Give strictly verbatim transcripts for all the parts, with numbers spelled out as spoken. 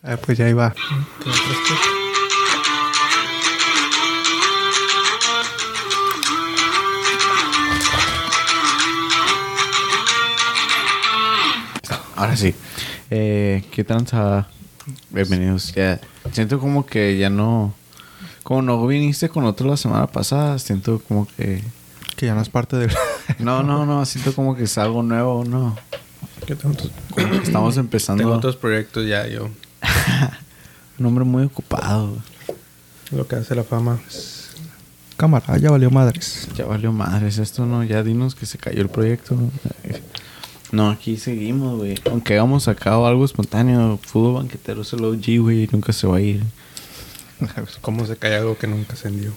Ah, pues ya iba. Ahora sí. Eh, ¿Qué tranza? Bienvenidos. Ya, siento como que ya no... Como no viniste con otro la semana pasada, siento como que... Que ya no es parte del... No, no, no. Siento como que es algo nuevo, ¿no? ¿Qué tantos? Como que estamos empezando... Tengo otros proyectos ya, yo. Un hombre muy ocupado. Lo que hace la fama. Cámara, ya valió madres. Ya valió madres esto, ¿no? Ya dinos que se cayó el proyecto. No, aquí seguimos, güey. Aunque hayamos sacado algo espontáneo, fútbol banquetero es el O G, güey. Nunca se va a ir. ¿Cómo se cae algo que nunca ascendió?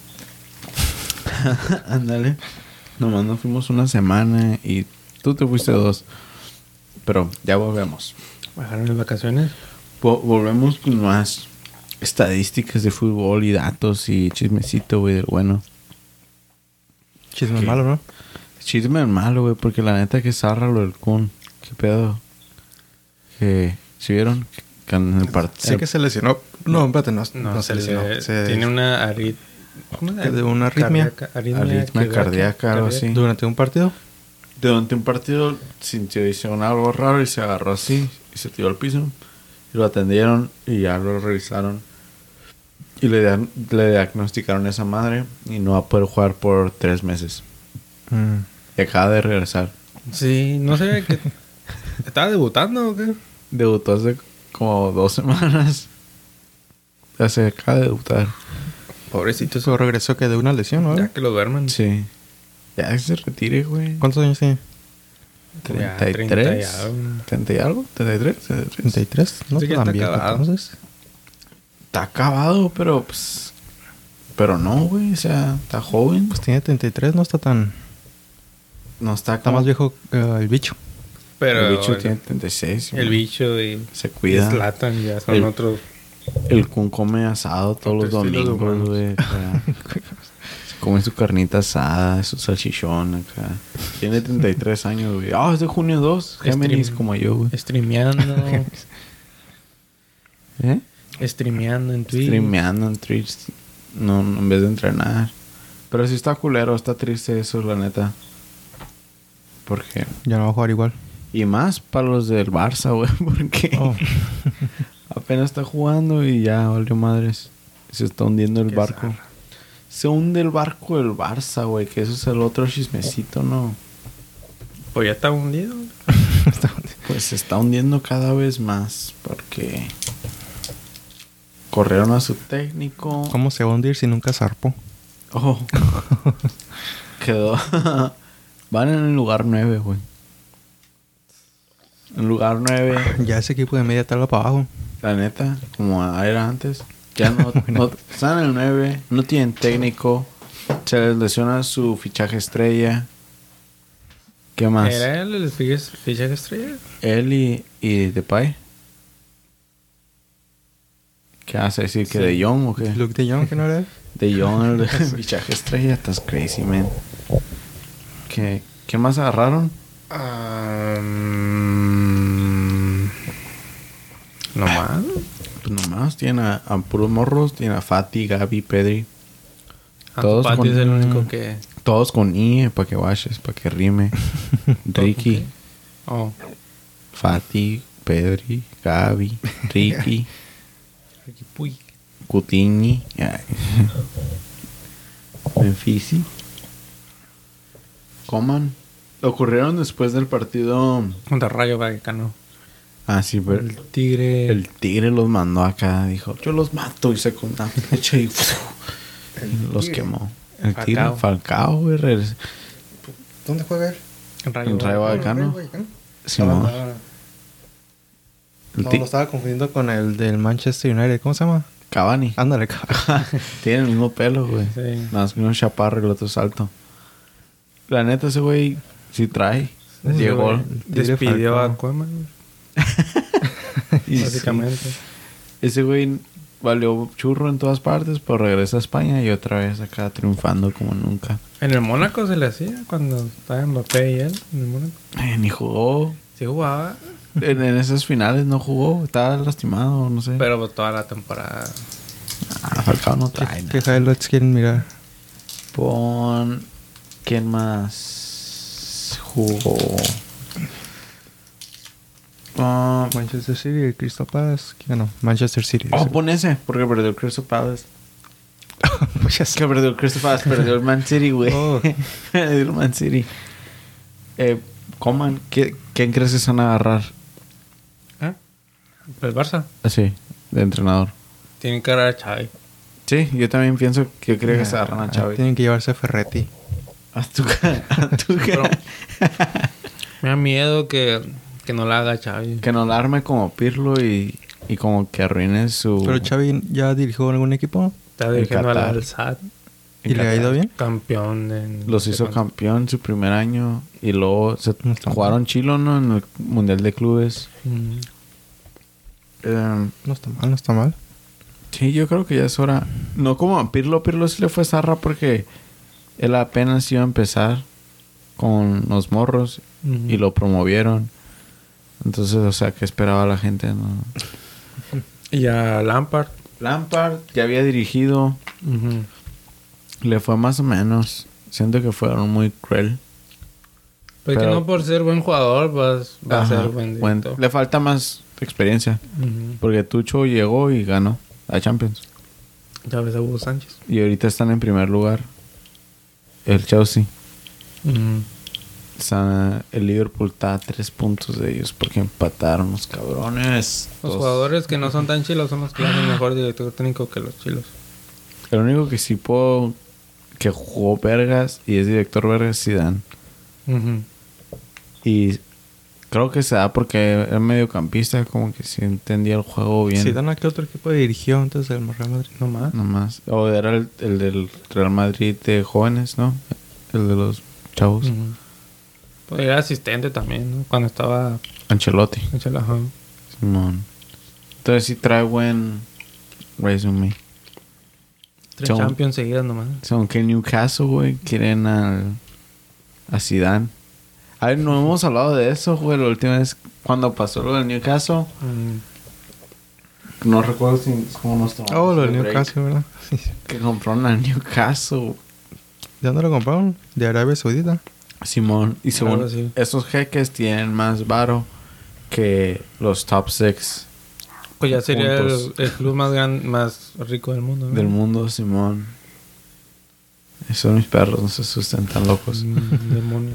Ándale. Nomás nos fuimos una semana y tú te fuiste dos. Pero ya volvemos. ¿Bajaron las vacaciones? Vo- volvemos con más estadísticas de fútbol y datos y chismecito, güey, del bueno. Chisme ¿Qué? malo, ¿no? Chisme malo, güey, porque la neta que zarra lo del Kun. ¿Qué pedo? Que... ¿Sí vieron? Que en el partido... Sí que se lesionó. No, espérate, no, No, no se, se lesionó. le- Se- tiene una arrit... ¿Cómo Que de una arritmia. Cardíaca, arritmia, Arritmia cardíaca, algo así. Durante un partido. Durante un partido sintió hicieron algo raro y se agarró así y se tiró al piso. Y lo atendieron y ya lo revisaron. Y le, dia- le diagnosticaron esa madre y no va a poder jugar por tres meses. Mm. Y acaba de regresar. Sí, no sé qué... ¿Estaba debutando o qué? Debutó hace como dos semanas. Ya se acaba de debutar. Pobrecito. Eso regresó que de una lesión, ¿no? Ya que lo duerman. Sí. Ya que se retire, güey. ¿Cuántos años tiene? Ya, ¿treinta y treinta y tres? algo. ¿treinta y algo? ¿treinta y tres? ¿treinta y tres? No Sí, te ya dan está viejo, acabado. entonces. Está acabado, pero pues... Pero no, güey. O sea, está joven. Pues tiene treinta y tres, no está tan... No está Está más viejo que el bicho. Pero el bicho el, tiene treinta y seis. el güey. bicho y... Se cuida. Y Zlatan ya son El- otros... El Kun come asado todos los Otro estilo de domingos, humanos. güey. acá. Se come su carnita asada, su salchichón acá. Tiene treinta y tres años, güey. Ah, es de junio dos. Géminis Stream- como yo, güey. Streameando... ¿Eh? streameando en Twitch. Streameando en Twitch. No, no, en vez de entrenar. Pero sí está culero, está triste eso, la neta. Porque... Ya no va a jugar igual. Y más para los del Barça, güey. Porque Oh. apenas está jugando y ya valió madres. Se está hundiendo el Qué barco. zarra. Se hunde el barco del Barça, güey. Que eso es el otro chismecito, ¿no? Pues ya está hundido. Pues se está hundiendo cada vez más. Porque... corrieron a su técnico. ¿Cómo se va a hundir si nunca zarpó? Oh. Quedó... Van en el lugar nueve, güey. En lugar nueve... Ya ese equipo de media tabla para abajo. La neta, como era antes. Ya no, no están en el nueve, no tienen técnico. Se les lesiona su fichaje estrella. ¿Qué más? ¿Era él el fichaje fichaje estrella? Él y, y Depay. ¿Qué hace decir? ¿Que Sí. de Jong o qué? Luke de Jong, ¿que no era él? De Jong, el fichaje estrella. Estás crazy, man. ¿Qué, ¿Qué más agarraron? Um, no más. Pues nomás, tienen a, a puros morros. Tienen a Fati, Gaby, Pedri. Todos Todos con- es el único que... Todos con I, para que guaches, para que rime. Ricky. Oh. Fati, Pedri, Gaby, Ricky, Ricky Puig. Coutinho, ay. Memphisi. Coman. Ocurrieron después del partido. Contra Rayo Vallecano. Ah, sí, pero El Tigre... el Tigre los mandó acá. Dijo, yo los mato. Y se con una flecha y los Tigre. quemó. El Tigre, Falcao. Falcao, güey. regres- ¿Dónde juega él? En Rayo, En Rayo Vallecano. Vallecano. Simón. El No, Tig- lo estaba confundiendo con el del Manchester United. ¿Cómo se llama? Cavani. Ándale, cabrón. Tienen el mismo pelo, güey. Sí. Nada más que uno es chaparro y el otro es alto. La neta, ese güey sí trae. Ese Llegó. güey Despidió Falcao. a Cueman. y Básicamente. sí, ese güey valió churro en todas partes, pero regresa a España y otra vez acá triunfando como nunca. En el Mónaco se le hacía cuando estaba Mbappé y él. En el Mónaco. Ay, ni jugó. Sí jugaba. en, en esas finales no jugó. Estaba lastimado, no sé. Pero pues, toda la temporada. Ah, Falcao no trae ¿Qué nada. highlights quieren mirar? Pon... ¿Quién más jugó? Ah, Manchester City y Crystal Palace. ¿Quién ganó? Manchester City. oh, pon ese. Porque perdió el Crystal Palace. Pues ya sé. Que perdió el Crystal Palace. Perdió el Man City, güey. Oh. Perdió el Man City. Eh, Coman, ¿qué, ¿quién crees que se van a agarrar? ¿Eh? El Barça. Así, de entrenador. Tienen que agarrar a Xavi. Sí, yo también pienso que yo creo que se agarran a Ah, Xavi. Tienen que llevarse a Ferretti. A tu ca- a tu ca- Pero me da miedo que, que no la haga Xavi. Que no la arme como Pirlo y, y como que arruine su... Pero Xavi ya dirigió algún equipo Está dirigiendo Qatar. al Al Sadd, y le ha ido bien. campeón. En, Los hizo campeón su primer año y luego se No está jugaron chilo, ¿no? En el Mundial de Clubes. Mm. Eh, No está mal, no está mal. sí, yo creo que ya es hora. No como a Pirlo. Pirlo sí le fue zarra porque él apenas iba a empezar con los morros Ujú. y lo promovieron. Entonces, o sea, ¿qué esperaba la gente? ¿No? Y a Lampard. Lampard ya había dirigido. Ujú. Le fue más o menos. Siento que fueron muy cruel. Porque Pero- no por ser buen jugador vas, va Ajá, a ser buen buen- director. Le falta más experiencia. Ujú. Porque Tucho llegó y ganó a Champions. Ya ves a Hugo Sánchez. Y ahorita están en primer lugar. El Chelsea. Ujú. Está- el Liverpool está a tres puntos de ellos porque empataron los cabrones. Los Dos. jugadores que no son tan chilos son los que hacen mejor director técnico que los chilos. El único que sí puedo... Que jugó vergas y es director vergas, Zidane. Ujú. Y creo que se da porque era mediocampista, como que sí entendía el juego bien. Si dan a qué otro equipo dirigió antes del Real Madrid. No más. Nomás. O era el, el del Real Madrid de jóvenes, ¿no? El de los chavos. Ujú. Pues era asistente también, ¿no? Cuando estaba Ancelotti. en la- ajá. Simón. Entonces sí trae buen resume. Tres Son- Champions seguidas nomás. Son que Newcastle, güey, quieren al... A Zidane. A ver, no hemos hablado de eso, güey. La última vez cuando pasó lo del Newcastle. Mm. No recuerdo si... cómo nos tomamos Oh, lo el del break. Newcastle, ¿verdad? Sí. Que compraron al Newcastle. ¿De dónde lo compraron? De Arabia Saudita. Simón. Y según Algo así. esos jeques tienen más varo que los top six Pues ya sería el, Juntos. el club más gran, más rico del mundo, ¿no? del mundo, Simón. Esos mis perros no se asusten tan locos. Mm, demonio.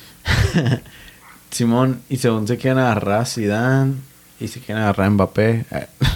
Simón, y según se quieren agarrar a Zidane y se quieren agarrar a Mbappé.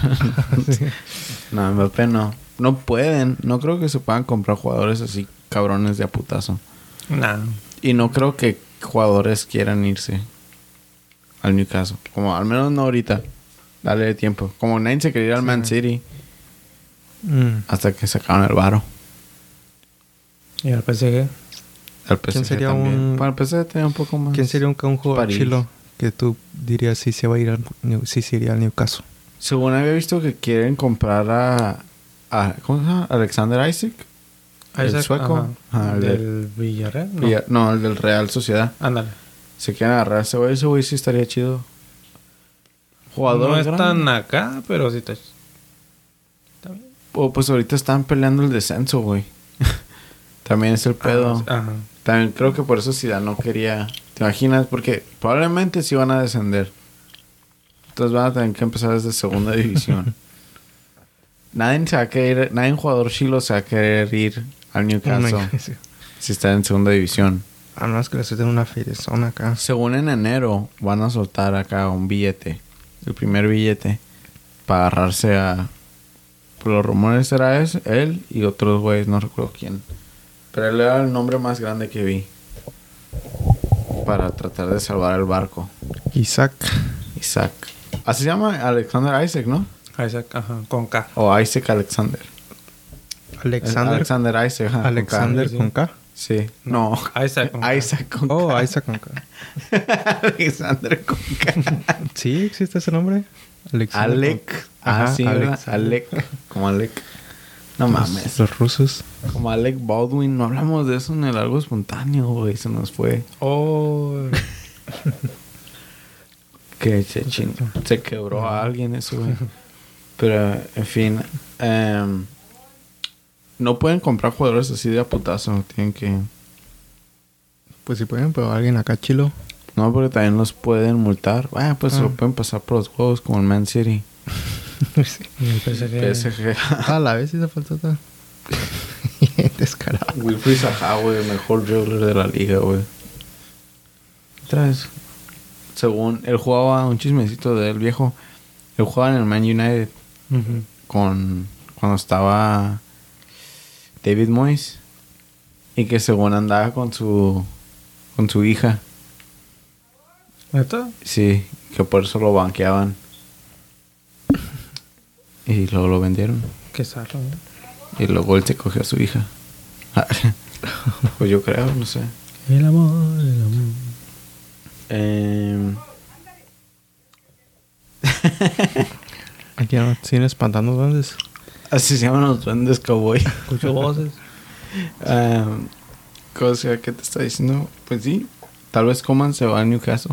No, Mbappé no. No pueden. No creo que se puedan comprar jugadores así cabrones de a putazo. Nah. Y no creo que jugadores quieran irse al Newcastle. Como al menos no ahorita. Dale tiempo. Como nadie se quería ir al Man City Mm. hasta que sacaron el varo. ¿Y al P S G? El P S G ¿Quién sería también. un- Para el P S G tenía un poco más. ¿Quién sería un, un jugador París. chilo que tú dirías si se va a ir al, New- si se iría al Newcastle? Según había visto que quieren comprar a... a ¿cómo se llama? Alexander Isaac. El Isaac, sueco. ajá. Ajá, el del Villarreal. No. Villa- no, el del Real Sociedad. Ándale. Se quieren agarrar a ese güey. Ese güey sí estaría chido. Jugador No es grande. tan acá, pero sí está. Está bien. O pues ahorita están peleando el descenso, güey. También es el pedo. Ah, ajá. También creo que por eso Zidane no quería... ¿Te imaginas? Porque probablemente sí van a descender. Entonces van a tener que empezar desde segunda división. Nadie se va a querer... Nadie jugador chilo se va a querer ir al Newcastle Sí. si está en segunda división. A menos que le suelten una feriezona acá. Según en enero van a soltar acá un billete. El primer billete. Para agarrarse a... Por los rumores era ese, él y otros güeyes, no recuerdo quién. Pero él era el nombre más grande que vi. Para tratar de salvar el barco. Isaac. Isaac. Así se llama Alexander Isaac, ¿no? Isaac, ajá. Con K. O Isaac Alexander. Alexander. Alexander Isaac. ajá, con K. Alexander sí. con K. Sí. No. Isaac con K. Isaac con Oh, K. Isaac con K. Alexander con K. ¿Sí existe ese nombre? Alexander Alec. con K. Ah, Ajá, sí, ¿verdad? Alexander. Alec. Como Alec. No Los- mames. Los rusos. Como Alec Baldwin. No hablamos de eso en el algo espontáneo, güey. Se nos fue. Oh. Que se, chin- se quebró a alguien eso, güey. Pero, en fin. em, no pueden comprar jugadores así de a putazo. Tienen que... Pues si pueden, pero alguien acá chilo. No, porque también los pueden multar. Ah, pues se Ah. lo pueden pasar por los juegos como el Man City. Sí. Y el P S G. P S G. A la vez sí se faltó todo. Descarado. Wilfried Zaha, güey. Mejor dribbler de la liga, güey. Otra vez. Según... Él jugaba un chismecito del viejo. Él jugaba en el Man United. Ujú. Con... Cuando estaba... David Moyes. Y que según andaba con su... Con su hija. ¿Neta? Sí. Que por eso lo banqueaban. Y luego lo vendieron. Qué zarro, ¿no? Y luego él se cogió a su hija. Pues yo creo, no sé. El amor, el amor. Eh, Aquí no siguen espantando duendes. así se llaman los duendes cowboy. Escucho voces. um, cosa que te está diciendo. Pues sí. Tal vez Coman se va a Newcastle.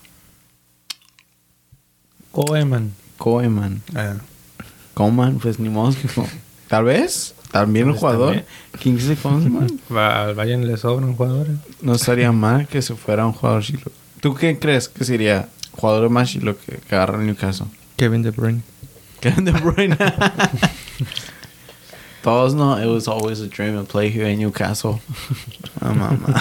Koeman. Koeman. Ah. Coman, pues ni modo. que co- Tal vez. También un Pues jugador. también. Kingsley Coman. Va, al Bayern le sobran jugadores. No estaría mal que se fuera un jugador chilo. ¿Tú qué crees que sería jugador más chilo que, que agarra el Newcastle? Kevin De Bruyne. Kevin De Bruyne. Todos no. It was always a dream to play here in Newcastle. Ah, mamá.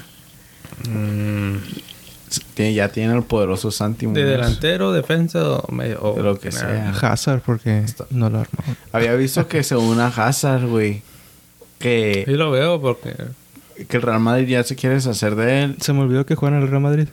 Mm, Tiene- ya tiene el poderoso Santi de Muñoz. delantero, defensa o medio. o De lo que nada. sea. Hazard, porque no lo armó. Había visto que según a Hazard, güey, Sí que, lo veo porque... que el Real Madrid ya se quiere deshacer de él. Se me olvidó que juega en el Real Madrid.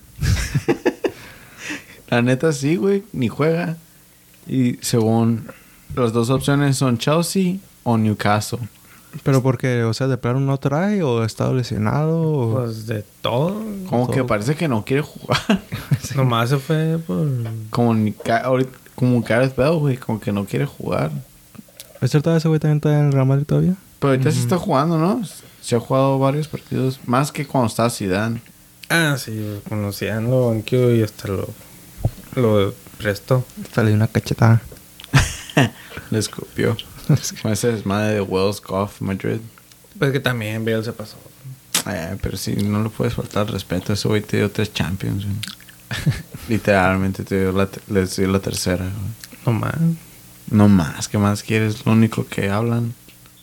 La neta sí, güey, ni juega. Y según las dos opciones son Chelsea o Newcastle. Pero porque, o sea, de plano no trae o ha estado lesionado o... Pues de todo. Como que todo. parece que no quiere jugar. Nomás se fue por... como, ni Ca- ahorita- como Gareth Bale, güey, como que no quiere jugar. ¿Es cierto ese güey también está en el Real Madrid todavía? Pero ahorita sí está jugando, ¿no? Se ha jugado varios partidos. Más que cuando estaba Zidane. Ah, sí, conocían lo banqueó y hasta lo... Lo prestó. Sale una cachetada. Le escupió. Con ese desmadre de Wells Golf Madrid. Pues que también Bale se pasó. Ay, pero sí, no le puedes faltar respeto. Ese güey te dio tres Champions, güey. Literalmente te dio la, te- les dio la tercera, güey. No más. No más, ¿qué más quieres? Lo único que hablan.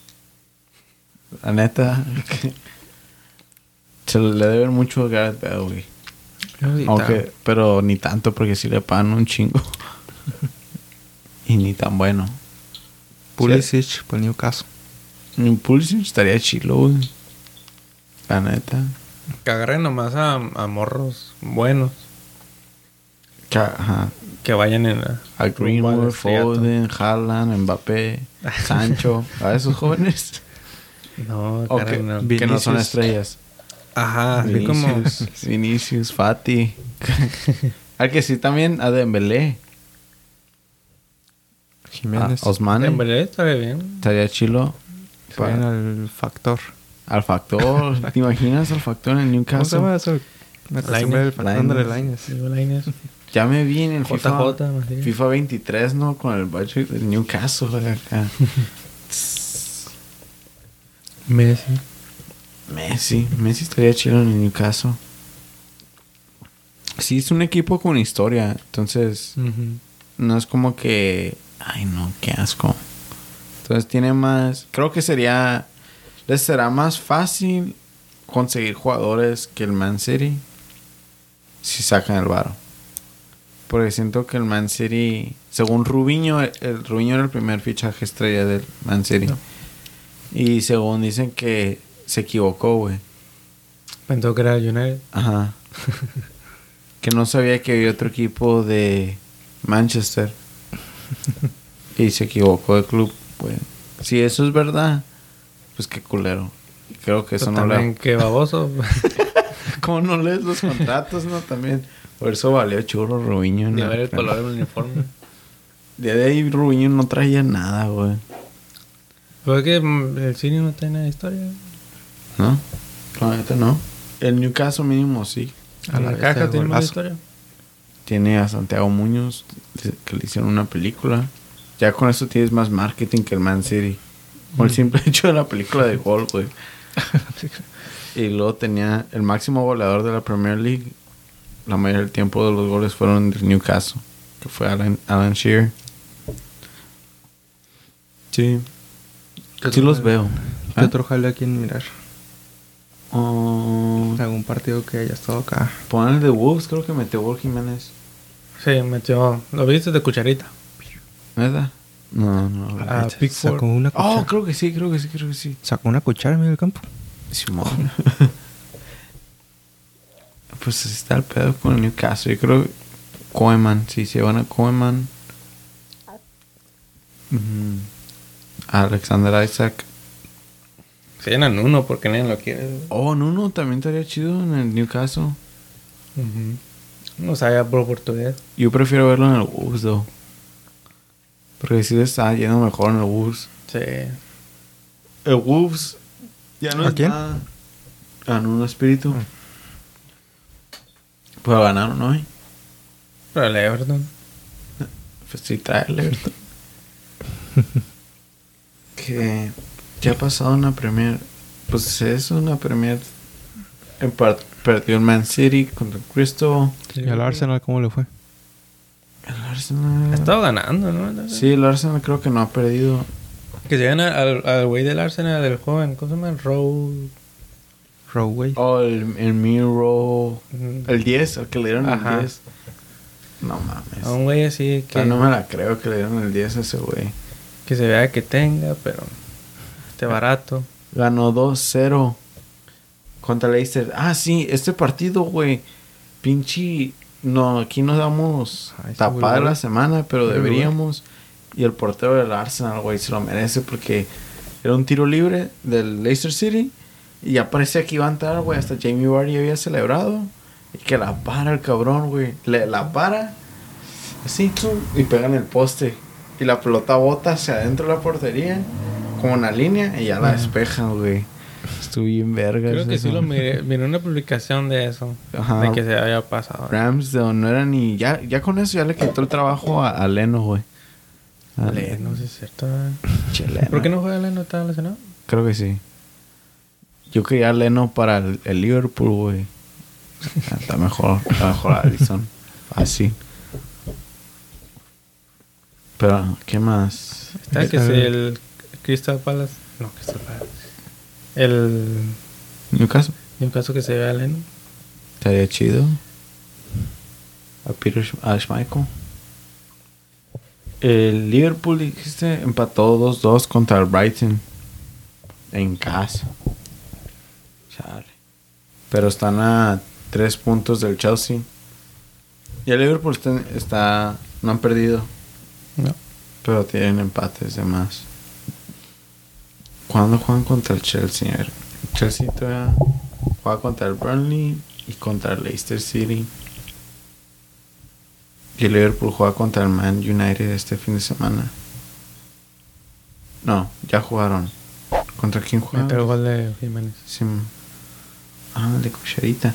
La neta. Se le debe mucho a Gareth Bale, güey. Aunque, pero ni tanto, porque sí le pagan un chingo. Y ni tan bueno. Pulisic, por Newcastle. Un Pulisic estaría chilo, güey. La neta. Que agarren nomás a, a morros buenos. Que, ajá. Que vayan en la... A Greenwood, rumbo al estrellato. Foden, Haaland, Mbappé, Sancho. A esos jóvenes. No, O que, agarren a- que no son Vinicius. estrellas. Ajá, así como... Vinicius, Vinicius, Fati. Al que sí también, a Dembélé. A Jiménez. Osmane. Dembélé estaría bien. Estaría chilo. Se vayan al Factor. Al Factor. ¿Te imaginas al Factor en ¿Cómo se Newcastle? llama eso? Me acostumbré al Factor. Ándale, Lainez. Digo, Lainez. Ya me vi en el J FIFA, J, más bien. FIFA veintitrés, ¿no? Con el budget del Newcastle. güey, acá. Messi. Messi. Messi estaría chido en el Newcastle. Sí, es un equipo con historia. Entonces, Ujú. no es como que... Ay, no, qué asco. Entonces tiene más... Creo que sería... Les será más fácil conseguir jugadores que el Man City si sacan el varo. Porque siento que el Man City... Según Rubiño, el, el Rubiño era el primer fichaje estrella del Man City. No. Y según dicen que se equivocó, güey. Pensó que era el United. Ajá. Que no sabía que había otro equipo de Manchester. Y se equivocó de club, güey. Si eso es verdad, pues qué culero. Creo que eso Pero no también le... qué baboso. ¿Cómo no lees los contratos, no? También. Por eso valió churro Rubiño. en Ni la- ver el color del uniforme. De ahí Rubiño no traía nada, güey. Pero es que mm, el cine no tiene nada de historia. ¿No? La neta no. El Newcastle mínimo sí. A la La vez, caja el tiene más golazo. historia. tiene a Santiago Muñoz, que le hicieron una película. Ya con eso tienes más marketing que el Man City. Por el simple hecho de la película de gol, güey. Y luego tenía el máximo goleador de la Premier League. La mayoría del tiempo de los goles fueron del Newcastle, que fue Alan, Alan Shearer. Sí. Sí los veo. ¿Qué ¿Ah? otro jale aquí en mirar? Oh, ¿Algún partido que haya estado acá? pon el de Wolves, creo que metió Gol Jiménez. Sí, metió. ¿Lo viste de cucharita? ¿Verdad? No, no. Ah, ahorita. Pickford. Sacó una cuchara. Oh, creo que sí, creo que sí, creo que sí. Sacó una cuchara en medio del campo. Simón. Pues está el pedo con el Newcastle. Yo creo que Koeman, si se van a Koeman. Mm, Alexander Isaac. Se llenan uno porque nadie lo quiere. Oh, Nuno también estaría chido en el Newcastle. Uh-huh. No sabía por portugués. Yo prefiero verlo en el Wolves, though. Porque si le está yendo mejor en el Wolves. Sí. El Wolves ya no ¿A es quién? nada. A Nuno Espíritu. Pues ganaron hoy. Pero el Everton. Pues sí, trae el Everton. Que ya ha pasado una Premier. Pues es una Premier. En part, perdió el Man City contra el Crystal. ¿Y al Arsenal cómo le fue? El Arsenal. Ha estado ganando, ¿no? Sí, el Arsenal creo que no ha perdido. Que se gana al, al güey del Arsenal, del joven. ¿Cómo se llama? El Rowe. Rowway. Oh, el, el Miro. Ujú. El diez, al que le dieron Ajá. el diez. No mames. A un güey así O sea, que, no me la creo que le dieron el diez a ese güey. que se vea que tenga, pero esté barato. Ganó dos cero contra Leicester. Ah, sí, este partido, güey. Pinche. No, aquí nos damos Ay, sí, tapada güey. la semana, pero Ay, güey. deberíamos. Y el portero del Arsenal, güey, se lo merece porque era un tiro libre del Leicester City. Y ya parecía que iba a entrar, güey. Hasta Jamie Vardy había celebrado. Y que la para el cabrón, güey. Le, la para. Así, tum, y pega en el poste. Y la pelota bota hacia adentro de la portería. Como una línea. Y ya la despejan, güey. Estuvo bien verga. Creo que sí lo miré. Miré una publicación de eso. Ajá. De que se había pasado. Ramsdale no era ni... Ya, ya con eso ya le quitó el trabajo a, a Leno, güey. A Ale, no sé si es cierto. Che, Leno. ¿Por qué no juega Leno? ¿Está lesionado? Creo que sí. Yo quería a Leno para el, el Liverpool, güey. Está mejor. Está mejor Alisson. Fácil. Pero, ¿qué más? Está que Eh, si el Crystal Palace. No, Crystal Palace. El. Newcastle. En caso que se vea Leno. Estaría chido. A Peter Sch- a Schmeichel. El Liverpool, dijiste, empató dos dos contra el Brighton. En casa. Chale. Pero están a tres puntos del Chelsea. Y el Liverpool está, está- no han perdido. No. Pero tienen empates de más. ¿Cuándo juegan contra el Chelsea? A ver, el Chelsea todavía juega contra el Burnley y contra el Leicester City. Y el Liverpool juega contra el Man United este fin de semana. No, ya jugaron. ¿Contra quién Mete el jugaron? gol de Jiménez. Sí. Ah, de cucharita.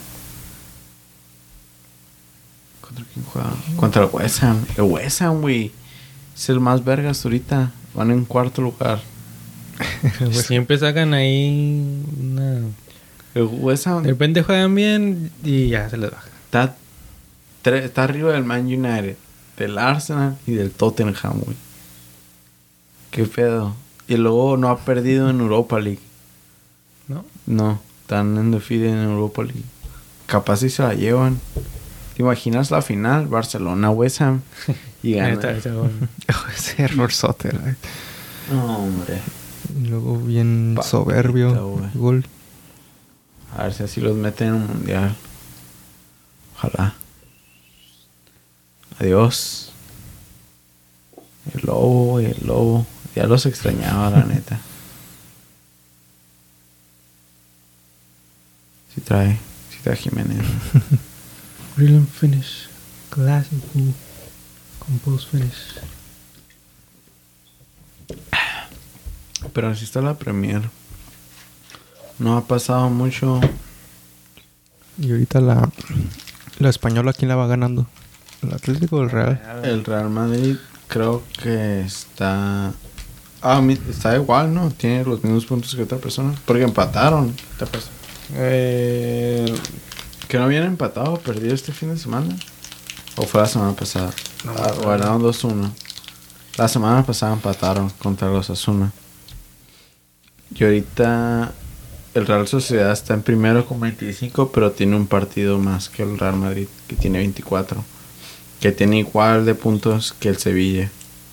¿Contra quién juega? Contra el West Ham. El West Ham, güey. Es el más vergas ahorita. Van en cuarto lugar. Siempre sacan ahí una... El West Ham De repente juegan bien y ya se les baja. está, tre- está arriba del Man United, del Arsenal y del Tottenham, güey. ¿Qué pedo? Y luego no ha perdido en Europa League. ¿No? No, están en defeat en Europa League. Capaz si se la llevan. ¿Te imaginas la final? Barcelona, West Ham. Y Ahí gana. está, ahí está el gol. Ese error sote, güey. No, hombre. Y luego bien Papita, soberbio. güey. Gol. A ver si así los meten en un mundial. Ojalá. Adiós. El lobo y el lobo. Ya los extrañaba, la neta. Si trae. Si trae Jiménez. Brilliant finish. Classic. Compose finish. Pero así está la Premier. No ha pasado mucho. Y ahorita la, la española, ¿quién la va ganando? ¿El Atlético o el Real? El Real Madrid creo que está... Ah, mi- está igual, ¿no? Tiene los mismos puntos que otra persona. Porque empataron. ¿Qué pasa? Eh, ¿Que no habían empatado, perdido este fin de semana? ¿O fue la semana pasada? No, Ah, no. ganaron dos uno. La semana pasada empataron contra los Asuna. Y ahorita el Real Sociedad está en primero con veinticinco, pero tiene un partido más que el Real Madrid, que tiene veinticuatro. Que tiene igual de puntos que el Sevilla.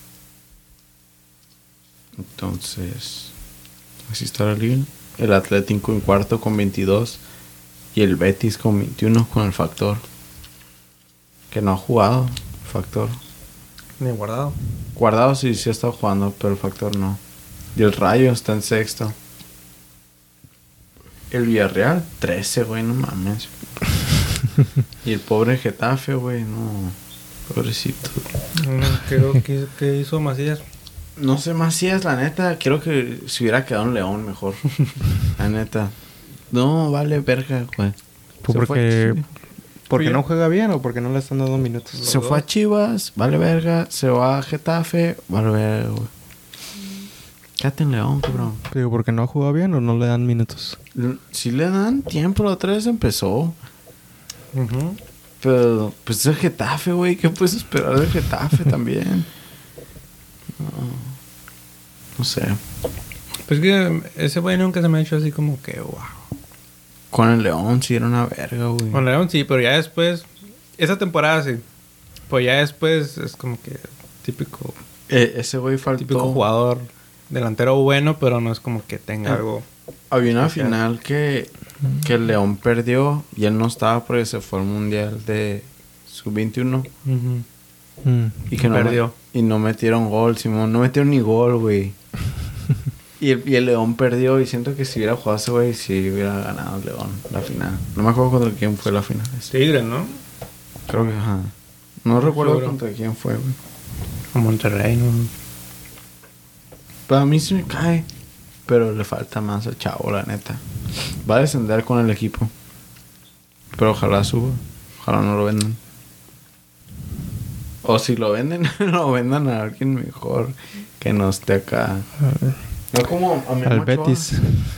Entonces, así está la liga. El Atlético en cuarto con veintidós. Y el Betis con veintiuno con el Factor. Que no ha jugado, Factor. Ni guardado. Guardado sí, sí ha estado jugando, pero el Factor no. Y el Rayo está en sexto. El Villarreal, trece, güey, no mames. Y el pobre Getafe, güey, no. Pobrecito. No, creo que, que hizo Macías. No sé más si es la neta. Quiero que se hubiera quedado un León mejor. La neta. No, vale verga, güey. Pues Se fue a porque... Chivas. ¿Porque Pero- no juega bien o porque no le están dando minutos? Se fue a Chivas, vale verga. Se va a Getafe, vale verga, güey. Quédate en León, cabrón. Digo, ¿porque no juega bien o no le dan minutos? Si le dan tiempo, la otra vez empezó. Ujú. Pero, pues es el Getafe, güey. ¿Qué puedes esperar del Getafe también? No, no sé. Pues que ese güey nunca se me ha hecho así como que wow. Con el León sí era una verga, güey. Con León sí, pero ya después... Esa temporada sí. Pues ya después es como que típico... Eh, ese güey faltó. Típico jugador delantero bueno, pero no es como que tenga Ah. algo... Había una Ok. final que, que el León perdió y él no estaba porque se fue al mundial de sub veintiuno. Ujú. Mm. Y que no Perdió. me- y no metieron gol, Simón. No metieron ni gol, güey. y, el, y el León perdió. Y siento que si hubiera jugado ese güey, sí hubiera ganado el León la final. No me acuerdo contra quién fue la final. Tigre, ¿no? Creo que, ajá. No recuerdo Seguro. contra quién fue, güey. O Monterrey, ¿no? Para mí sí me cae. Pero le falta más al chavo, la neta. Va a descender con el equipo. Pero ojalá suba. Ojalá no lo vendan. O si lo venden, lo vendan a alguien mejor que no esté acá. No como a Memo Al Ochoa. Betis.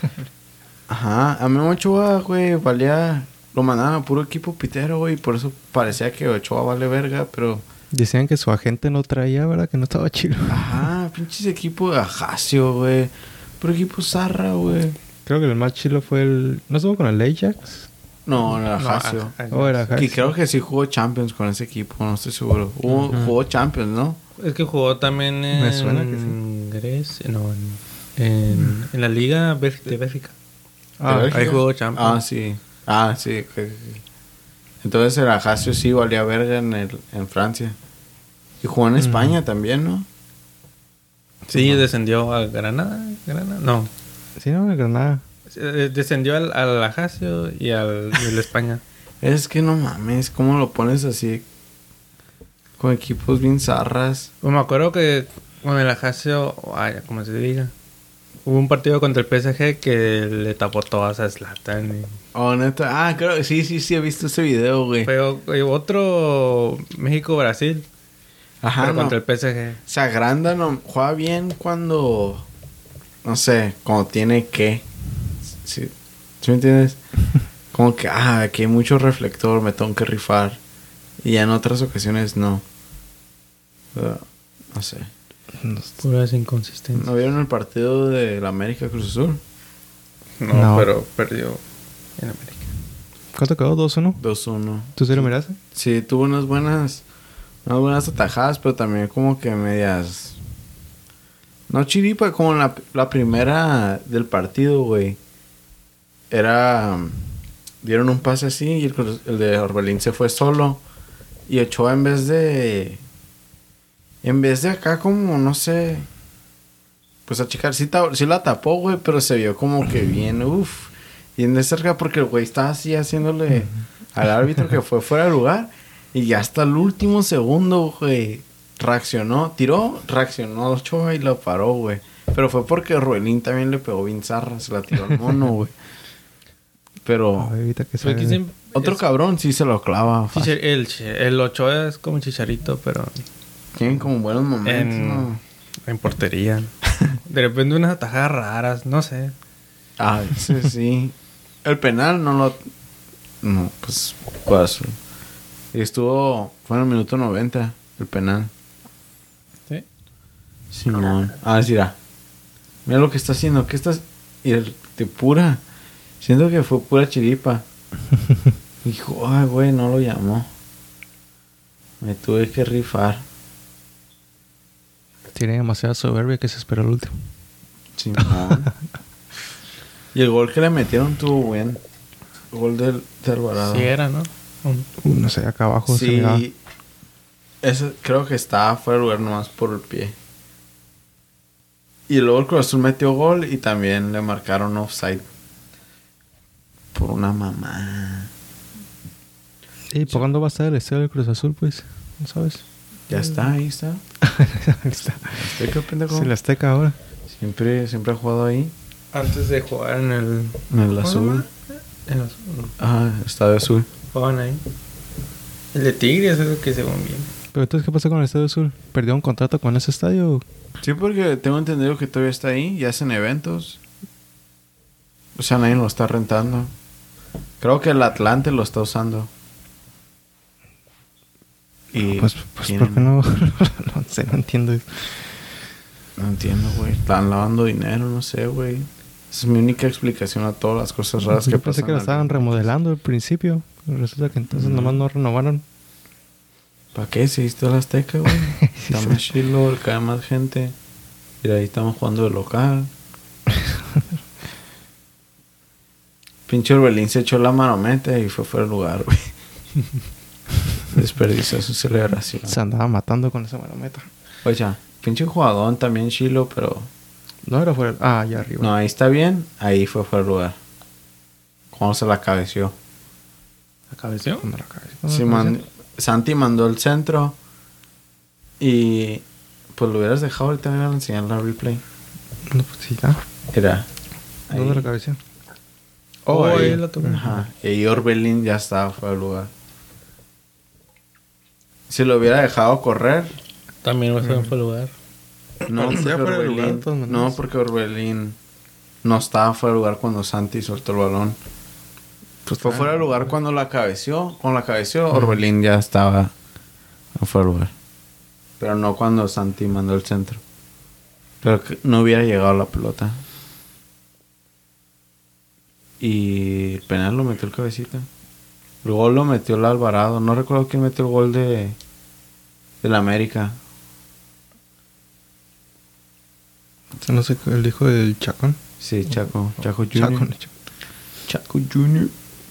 Ajá, a Memo Ochoa, güey, valía... Lo mandaban a puro equipo pitero, güey. Por eso parecía que Ochoa vale verga, pero... Decían que su agente no traía, ¿verdad? Que no estaba chido. Ajá, pinches equipo de Ajacio, güey. Puro equipo zarra, güey. Creo que el más chilo fue el... ¿No estuvo con el Ajax? No, el No, Ajacio. a- a- ¿O era Ajax? Que creo que sí jugó Champions con ese equipo, no estoy seguro. Hubo- Ujú. Jugó Champions, ¿no? Es que jugó también en... Me suena que sí. Grecia, no, en, en, en la Liga Bélgica- de Bélgica. Ah, ¿De Bélgica? ahí jugó Champions. Ah, sí. Ah, sí. ok, ok. Entonces el Ajacio sí valía verga en, el, en Francia. Y jugó en España también, ¿no? Sí, descendió a Granada. Granada, no. Sí, no, en Granada. Eh, Descendió al, al Ajacio y al de España. Es que no mames, ¿cómo lo pones así? Con equipos bien zarras. Pues me acuerdo que con el Ajacio, ay, como se diga, hubo un partido contra el P S G que le tapó todas a Zlatan. Y... Oh, neta. Ah, creo que sí, sí, sí, he visto ese video, güey. Pero eh, otro México-Brasil, Ajá, pero no. contra el P S G. Se agranda, no. Juega bien cuando... No sé, cuando tiene que... ¿Sí, ¿Sí me entiendes? Como que, ah, aquí hay mucho reflector, me tengo que rifar. Y ya en otras ocasiones no. Pero, no sé. Puras inconsistencias. ¿No vieron el partido de la América Cruz Azul? No, No. pero perdió en América. ¿Cuánto quedó? ¿dos uno? dos uno. ¿Tú sí lo miraste? Sí, tuvo unas buenas... Unas buenas atajadas, pero también como que medias... No chiripa, como la, la primera del partido, güey. Era... Dieron un pase así y el, Cruz- el de Orbelín se fue solo. Y Ochoa en vez de... En vez de acá como, no sé... Pues a checar, sí, ta- sí la tapó, güey, pero se vio como que bien, uff. Bien de cerca porque el güey estaba así haciéndole al árbitro que fue fuera de lugar. Y ya hasta el último segundo, güey, reaccionó. Tiró, reaccionó Ochoa y lo paró, güey. Pero fue porque Ruelín también le pegó bien zarra. Se la tiró al mono, güey. Pero... Ay, ahorita que Fue que sale. siempre- Otro es- cabrón sí se lo clava. fácil. Chichar- el, chi- el Ochoa es como Chicharito, pero Tienen como buenos momentos, en, ¿no? en portería. De repente unas atajadas raras, no sé. Ah, sí, sí. El penal no lo... No, pues... pues estuvo... Fue en el minuto noventa, el penal. Sí. Simón. Ah, sí, mira. Mira lo que está haciendo. ¿Qué estás...? Y el de pura... Siento que fue pura chiripa. Dijo, ay, güey, no lo llamó. Me tuve que rifar. Tiene demasiada soberbia que se esperó el último. Simón. Y el gol que le metieron tuvo buen. El gol del, de Alvarado. Sí era, ¿no? Un- Uh, no sé, acá abajo se miraba. Sí. Eso creo que estaba fuera de lugar nomás por el pie. Y luego el Cruz Azul metió gol y también le marcaron offside. Por una mamá. ¿Y por cuándo va a estar el estadio del Cruz Azul, pues? ¿No sabes? Ya está, ahí está. Ahí está. Azteca, pendejo. Es el Azteca ahora. Siempre, siempre ha jugado ahí. Antes de jugar en el... En el ¿Cómo se azul. llama? En el azul. Ah, estadio azul. Jugaban ahí. El de Tigres es el que se van bien. Pero entonces, ¿qué pasó con el Estadio Azul? ¿Perdió un contrato con ese estadio? Sí, porque tengo entendido que todavía está ahí y hacen eventos. O sea, nadie lo está rentando. Creo que el Atlante lo está usando. Y Pues, pues tienen- ¿por qué no? No sé, no entiendo eso. No entiendo, güey. Están lavando dinero, no sé, güey. Esa es mi única explicación a todas las cosas raras que Yo pensé pasan. que lo al- estaban remodelando al principio. Pero resulta que entonces nomás no renovaron. ¿Para qué? Si está el Azteca, güey. Está más chilo, cae más gente. Y ahí estamos jugando de local. Pinche Orbelín se echó la marometa y fue fuera de lugar, güey. Desperdició su celebración. Se andaba matando con esa marometa. Oye, pinche jugadón también chilo, pero... No era fuera. Ah, allá arriba. No, ahí está bien. Ahí fue fuera de lugar. Cuando se la cabeció. ¿La cabeció? Cuando la cabeza- cuando Sí, la man- cabeza- Santi mandó el centro. Y... Pues lo hubieras dejado ahorita me iban a enseñar la replay. No, pues sí, ah. Era... ahí. ¿Dónde la cabeza? Oh, Oh, ahí. ahí la tomó. Ajá. Y ahí Orbelín ya estaba fuera de lugar. Si lo hubiera dejado correr... También va a ser en fue lugar. No, Sí, porque fuera de lugar, Orbelín... de todas maneras. No, porque Orbelín... No estaba fuera de lugar cuando Santi soltó el balón. Pues fue ah. fuera de lugar cuando la cabeció. Cuando la cabeció, Orbelín ya estaba fuera de lugar. Pero no cuando Santi mandó el centro. Pero que no hubiera llegado la pelota. Y el penal lo metió el cabecita. El gol lo metió el Alvarado. No recuerdo quién metió el gol de... del América. No sé, el hijo del Chacón. Sí, Chaco. Chaco junior Chacón. Chaco junior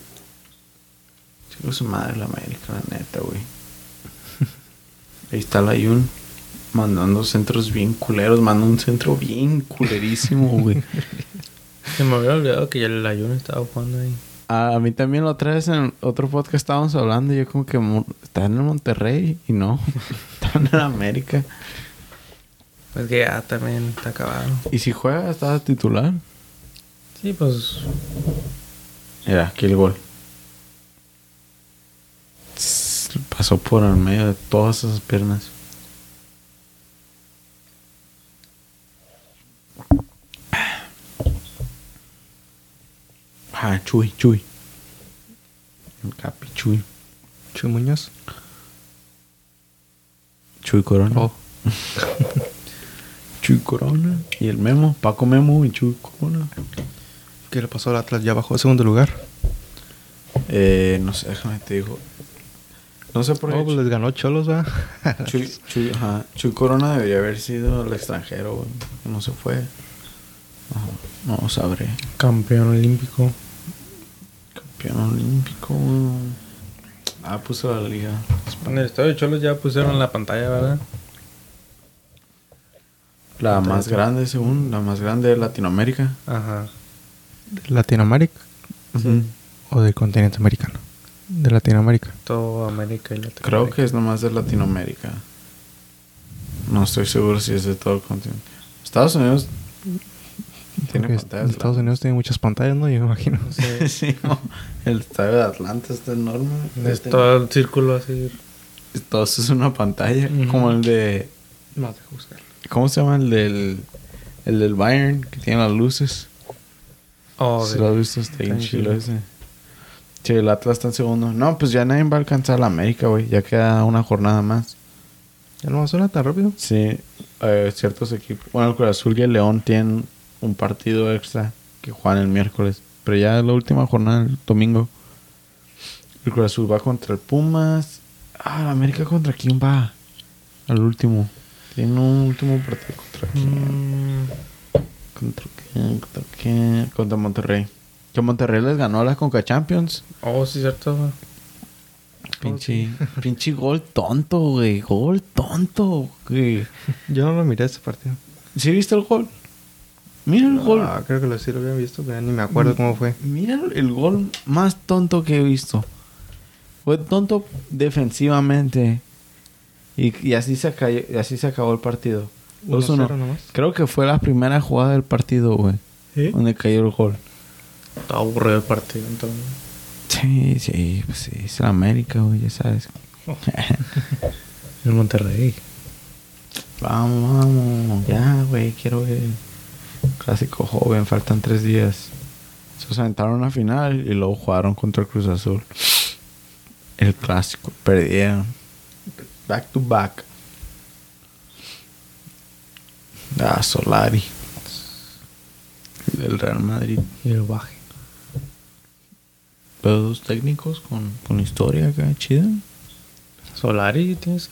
Chico su madre la América, la neta, güey. Ahí está la Jun mandando centros bien culeros. Mandó un centro bien culerísimo, güey. Se me había olvidado que ya el Ayuno estaba jugando ahí. A mí también la otra vez en otro podcast estábamos hablando. Y yo como que mo- estaba en el Monterrey. Y no, estaba en el América. Pues que ya también está acabado. Y si juega, estaba titular. Sí, pues... Mira, aquí el gol. Tss, pasó por el medio de todas esas piernas. Ah, Chuy, Chuy. El Capi, Chuy. Chuy Muñoz. Chuy Corona. Oh. Chuy Corona. Y el Memo, Paco Memo y Chuy Corona. ¿Qué le pasó al Atlas? Ya bajó a segundo lugar. Eh, no sé, déjame te digo. No sé por qué. Oh, pues les ganó Cholos, ¿va? Chuy, Chuy, ajá. Chuy Corona debería haber sido el extranjero, güey. No se fue. Ajá. No sabré. Campeón olímpico. Campeón olímpico. Ah, puso la liga. En el estadio de Cholos ya pusieron la pantalla, ¿verdad? La más grande, según. La más grande de Latinoamérica. Ajá. ¿De Latinoamérica? Ujú. ¿O del continente americano? De Latinoamérica. Todo América y Latinoamérica. Creo que es nomás de Latinoamérica. No estoy seguro si es de todo el continente. Estados Unidos Tiene Porque pantallas. Estados Unidos tiene muchas pantallas, ¿no? Yo me imagino. Sí. Sí, no. El estadio de Atlanta está enorme. Es todo el círculo así. Todo eso es una pantalla. Ujú. Como el de... Más de buscar. ¿Cómo se llama? El del... El del Bayern, que tiene las luces. Oh, Si sí. lo has visto, está bien Está bien chilo chido. ese. Sí, el Atlas está en segundo. No, pues ya nadie va a alcanzar la América, güey. Ya queda una jornada más. ¿Ya no suena tan rápido? Sí, eh, ciertos equipos. Bueno, el Cruz Azul y el León tienen un partido extra que juegan el miércoles. Pero ya es la última jornada, el domingo. El Cruz Azul va contra el Pumas. Ah, la América contra quién va. Al último. Tiene un último partido contra quién. Mm, ¿Contra quién? ¿Contra quién? Contra Monterrey. Que Monterrey les ganó a la Conca Champions. oh, sí, cierto. güey. Pinche, pinche gol tonto, güey. Gol tonto, güey. Yo no lo miré ese partido. ¿Sí viste el gol? Mira el gol. Ah, creo que lo sí lo había visto, pero ya ni me acuerdo cómo fue. Mira el gol más tonto que he visto. Fue tonto defensivamente. Y, y así se cayó, y así se acabó el partido. dos uno. uno cero nomás. Creo que fue la primera jugada del partido, güey. ¿Sí? Donde cayó el gol. Está aburrido el partido, entonces. Sí, sí, pues sí. Es el América, güey, ya sabes. El Monterrey. Vamos, vamos. Ya, güey, quiero ver. Clásico joven, faltan tres días. Se aventaron a final y luego jugaron contra el Cruz Azul. El clásico, perdieron. Back to back. Ah, Solari. Del Real Madrid. Y el baje. Pero dos técnicos con, con historia acá, chida. Solari, tienes.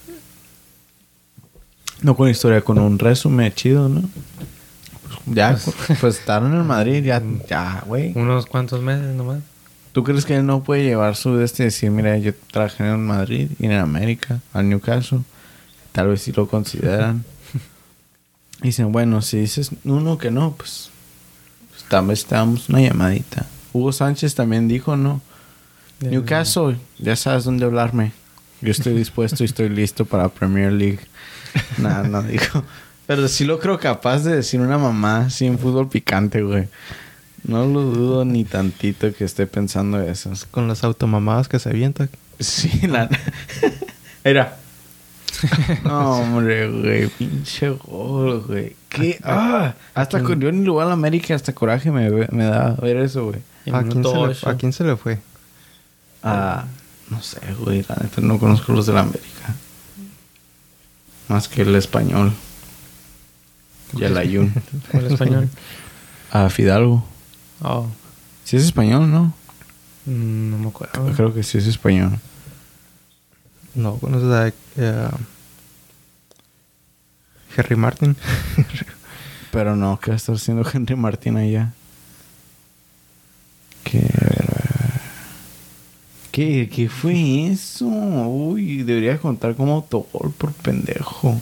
No con historia, con un resumen chido, ¿no? Pues ya, pues estaron en Madrid, ya, ya, güey. Unos cuantos meses nomás. ¿Tú crees que él no puede llevar su de este decir, mira, yo trabajé en Madrid y en América, al Newcastle? Tal vez sí lo consideran. Dicen, bueno, si dices uno que no, pues, pues tal vez te damos una llamadita. Hugo Sánchez también dijo, ¿no? Ya, Newcastle, ya sabes dónde hablarme. Yo estoy dispuesto y estoy listo para Premier League. Nada, no dijo. Pero sí lo creo capaz de decir una mamá así en fútbol picante, güey. No lo dudo ni tantito que esté pensando eso. Con las automamadas que se avientan. Sí, la... Era. No, hombre, güey. Pinche gol, güey. ¿Qué? ¡Ah! Hasta con yo ni lo voy a la América, hasta coraje me, me da ver eso, güey. El ¿A quién, minuto se le, ocho. ¿A quién se le fue? Ah, no sé, güey. La neta no conozco los de la América. Más que el español. Y el Ayun. ¿Cuál español? A Fidalgo. Oh. Sí es español, ¿no? Mm, no me acuerdo. Creo que sí es español. No, conoces a eh, Henry Martin. Pero no, ¿qué va a estar haciendo Henry Martín allá? ¿Qué? A ver, a ver, a ver. ¿Qué? ¿Qué fue eso? Uy, debería contar como autogol por pendejo.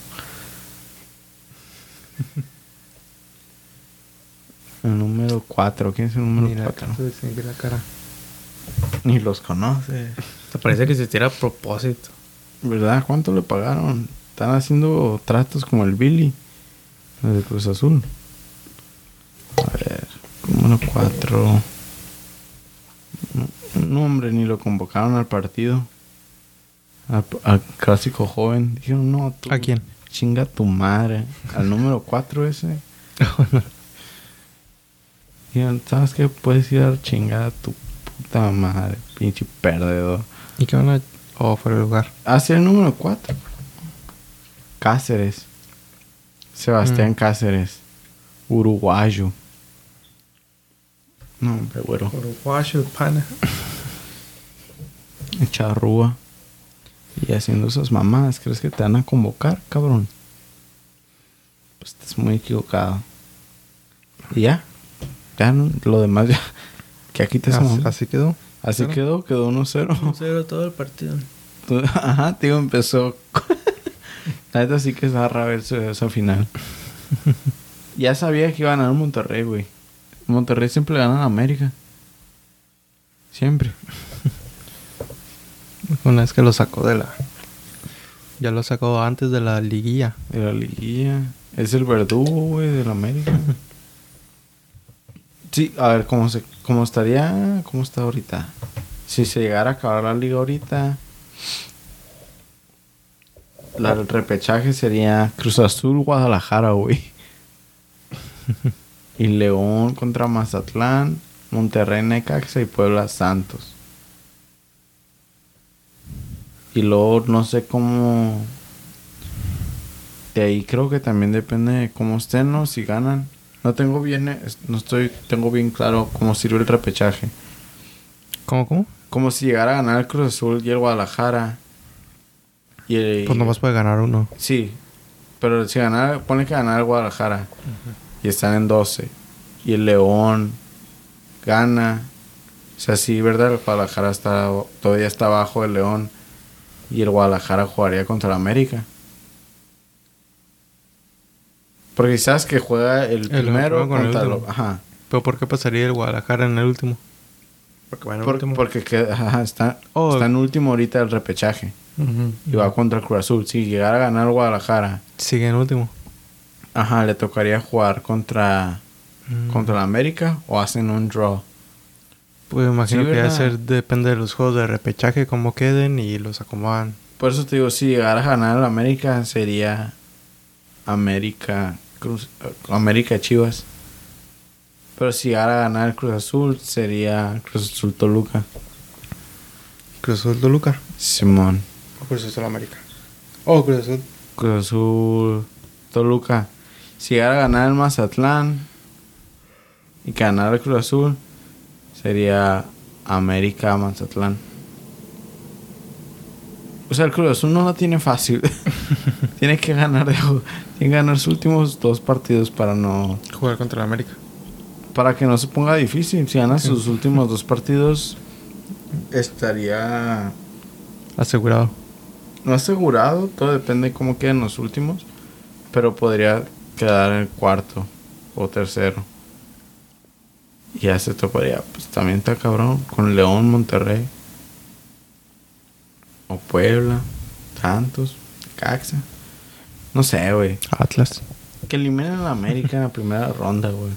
El número cuatro. ¿Quién es el número Mira, cuatro? acá se distingue la cara. Ni los conoce. Te parece que se tira a propósito. ¿Verdad? ¿Cuánto le pagaron? Están haciendo tratos como el Billy. El de Cruz Azul. A ver. Número cuatro. No, hombre, ni lo convocaron al partido. Al, al clásico joven. Dijeron, no, tú. ¿A quién? Chinga tu madre. Al número cuatro ese. Dijeron, ¿sabes qué? Puedes ir a chingar a tu puta madre. Pinche perdedor. ¿Y qué van a...? Oh, fuera de lugar. Hacia el número cuatro. Cáceres. Sebastián Mm. Cáceres. Uruguayo. No, hombre, güero. Uruguayo, pana. Charrúa. Y haciendo esas mamadas, ¿crees que te van a convocar, cabrón? Pues estás muy equivocado. Y ya. Ya, no, lo demás ya. Que aquí te Así, así, así quedó. así claro. quedó, quedó uno cero. Cero todo el partido. Tú- Ajá, tío, empezó. La neta sí que es zarra ver su- esa final. Ya sabía que iba a ganar Monterrey, güey. Monterrey siempre le gana a América. Siempre. Una vez que lo sacó de la... Ya lo sacó antes de la liguilla. De la liguilla. Es el verdugo, güey, de la América. Sí, a ver, ¿cómo, se, cómo estaría? ¿Cómo está ahorita? Si se llegara a acabar la liga ahorita, la, el repechaje sería Cruz Azul, Guadalajara, güey. Y León contra Mazatlán, Monterrey, Necaxa y Puebla, Santos. Y luego no sé cómo... De ahí creo que también depende de cómo estén, ¿no? Si ganan. No tengo bien... No estoy... Tengo bien claro cómo sirve el repechaje. ¿Cómo, cómo? Como si llegara a ganar el Cruz Azul y el Guadalajara. Y el, Pues nomás puede ganar uno. Sí. Pero si ganara... Ponle que ganara el Guadalajara. Uh-huh. Y están en doce. Y el León gana. O sea, sí, ¿verdad? El Guadalajara está... Todavía está abajo del León. Y el Guadalajara jugaría contra el América. Porque sabes que juega el, el primero contra el... Ajá. ¿Pero por qué pasaría el Guadalajara en el último? Porque va en el por, último. Porque que, ajá, está, oh. está en último ahorita el repechaje. Uh-huh. Y va contra el Cruz Azul. Si llegara a ganar el Guadalajara... Sigue en último. Ajá, le tocaría jugar contra... Mm. Contra el América o hacen un draw. Pues imagino sí, que va ser, depende de los juegos de repechaje, cómo queden y los acomodan. Por eso te digo, si llegara a ganar el América, sería América... Cruz, América Chivas. Pero si llegara a ganar el Cruz Azul, sería Cruz Azul Toluca. ¿Cruz Azul Toluca? Simón. O Cruz Azul América. Oh, Cruz Azul. Cruz Azul Toluca. Si llegara a ganar el Mazatlán y ganar el Cruz Azul, sería América Mazatlán. O sea, el Cruz Azul no la tiene fácil. Tiene que ganar de, tiene que ganar sus últimos dos partidos para no... Jugar contra el América. Para que no se ponga difícil. Si gana sus últimos dos partidos, estaría... Asegurado. No asegurado. Todo depende de cómo queden los últimos. Pero podría quedar en el cuarto o tercero. Y ya se toparía. Pues también está cabrón. Con León, Monterrey. O Puebla, Santos, Caxa. No sé, güey. Atlas. Que eliminen a la América en la primera ronda, güey.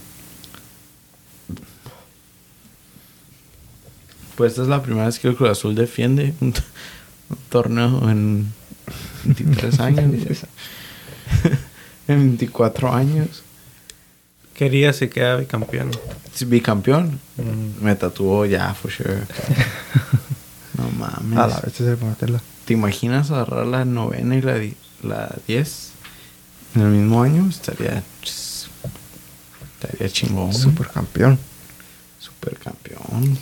Pues esta es la primera vez que el Cruz Azul defiende un, t- un torneo en veintitrés años. En veinticuatro años. Quería si queda bicampeón. Si bicampeón. Mm. Me tatuó ya, for sure. No mames. A la vez se puede meterla. ¿Te imaginas agarrar la novena y la, di- la diez en el mismo año? Estaría... Estaría chingón. Supercampeón. Supercampeón.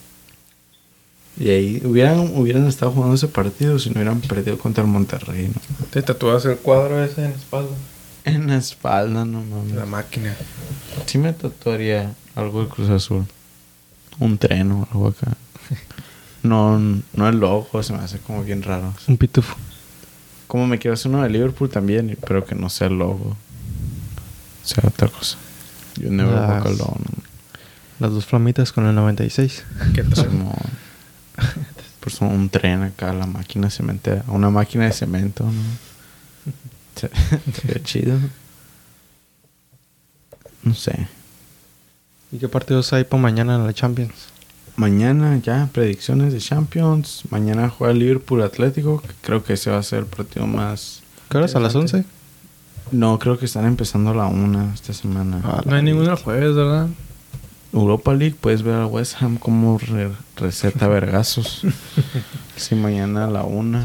Y ahí hubieran, hubieran estado jugando ese partido si no hubieran perdido contra el Monterrey, ¿no? ¿Te tatuas el cuadro ese en la espalda? En la espalda, no mames. La máquina. Sí me tatuaría algo de Cruz Azul. Un tren o algo acá. No, no el logo, se me hace como bien raro. Un pitufo. Como me quiero hacer uno de Liverpool también, pero que no sea el logo. Sea otra cosa. Yo never Las... walk alone. Las dos flamitas con el noventa y seis. ¿Qué tal? Por eso un tren acá, la máquina cementera. Una máquina de cemento, ¿no? Sería chido. No sé. ¿Y qué partidos hay para mañana en la Champions? Mañana ya, predicciones de Champions. Mañana juega Liverpool Atlético. Que creo que ese va a ser el partido más... ¿Qué horas? ¿A las once? No, creo que están empezando a la una esta semana. Ah, no hay ninguno el jueves, ¿verdad? Europa League, puedes ver a West Ham como re- receta vergazos. Sí, mañana a la una.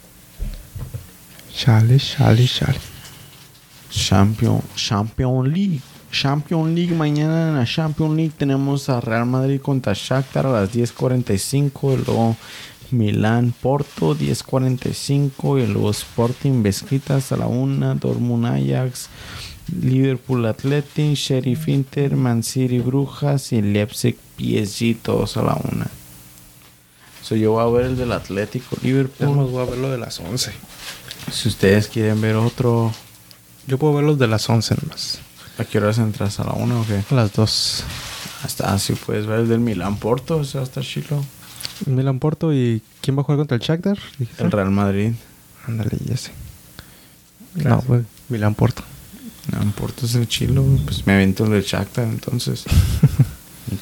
Chale, chale, chale. Champion, Champion League. Champion League, mañana en la Champion League tenemos a Real Madrid contra Shakhtar a las diez cuarenta y cinco. Y luego Milán Porto diez cuarenta y cinco. Y luego Sporting Besiktas a la una. Dortmund Ajax. Liverpool Athletic, Sheriff Inter, Man City Brujas y Leipzig P S G, todos a la una. So, yo voy a ver el del Atlético Liverpool. Yo voy a ver lo de las once. Si ustedes quieren ver otro... Yo puedo ver los de las once nomás. ¿A qué horas entras? ¿A la una o qué? A las dos. Hasta así puedes ver el del Milán Porto, o sea, hasta chilo. Milán Porto, ¿y quién va a jugar contra el Shakhtar? El Real Madrid. Ándale, ya sé. No, pues Milán Porto. Milán Porto es el chilo, pues me avento el del Shakhtar, entonces.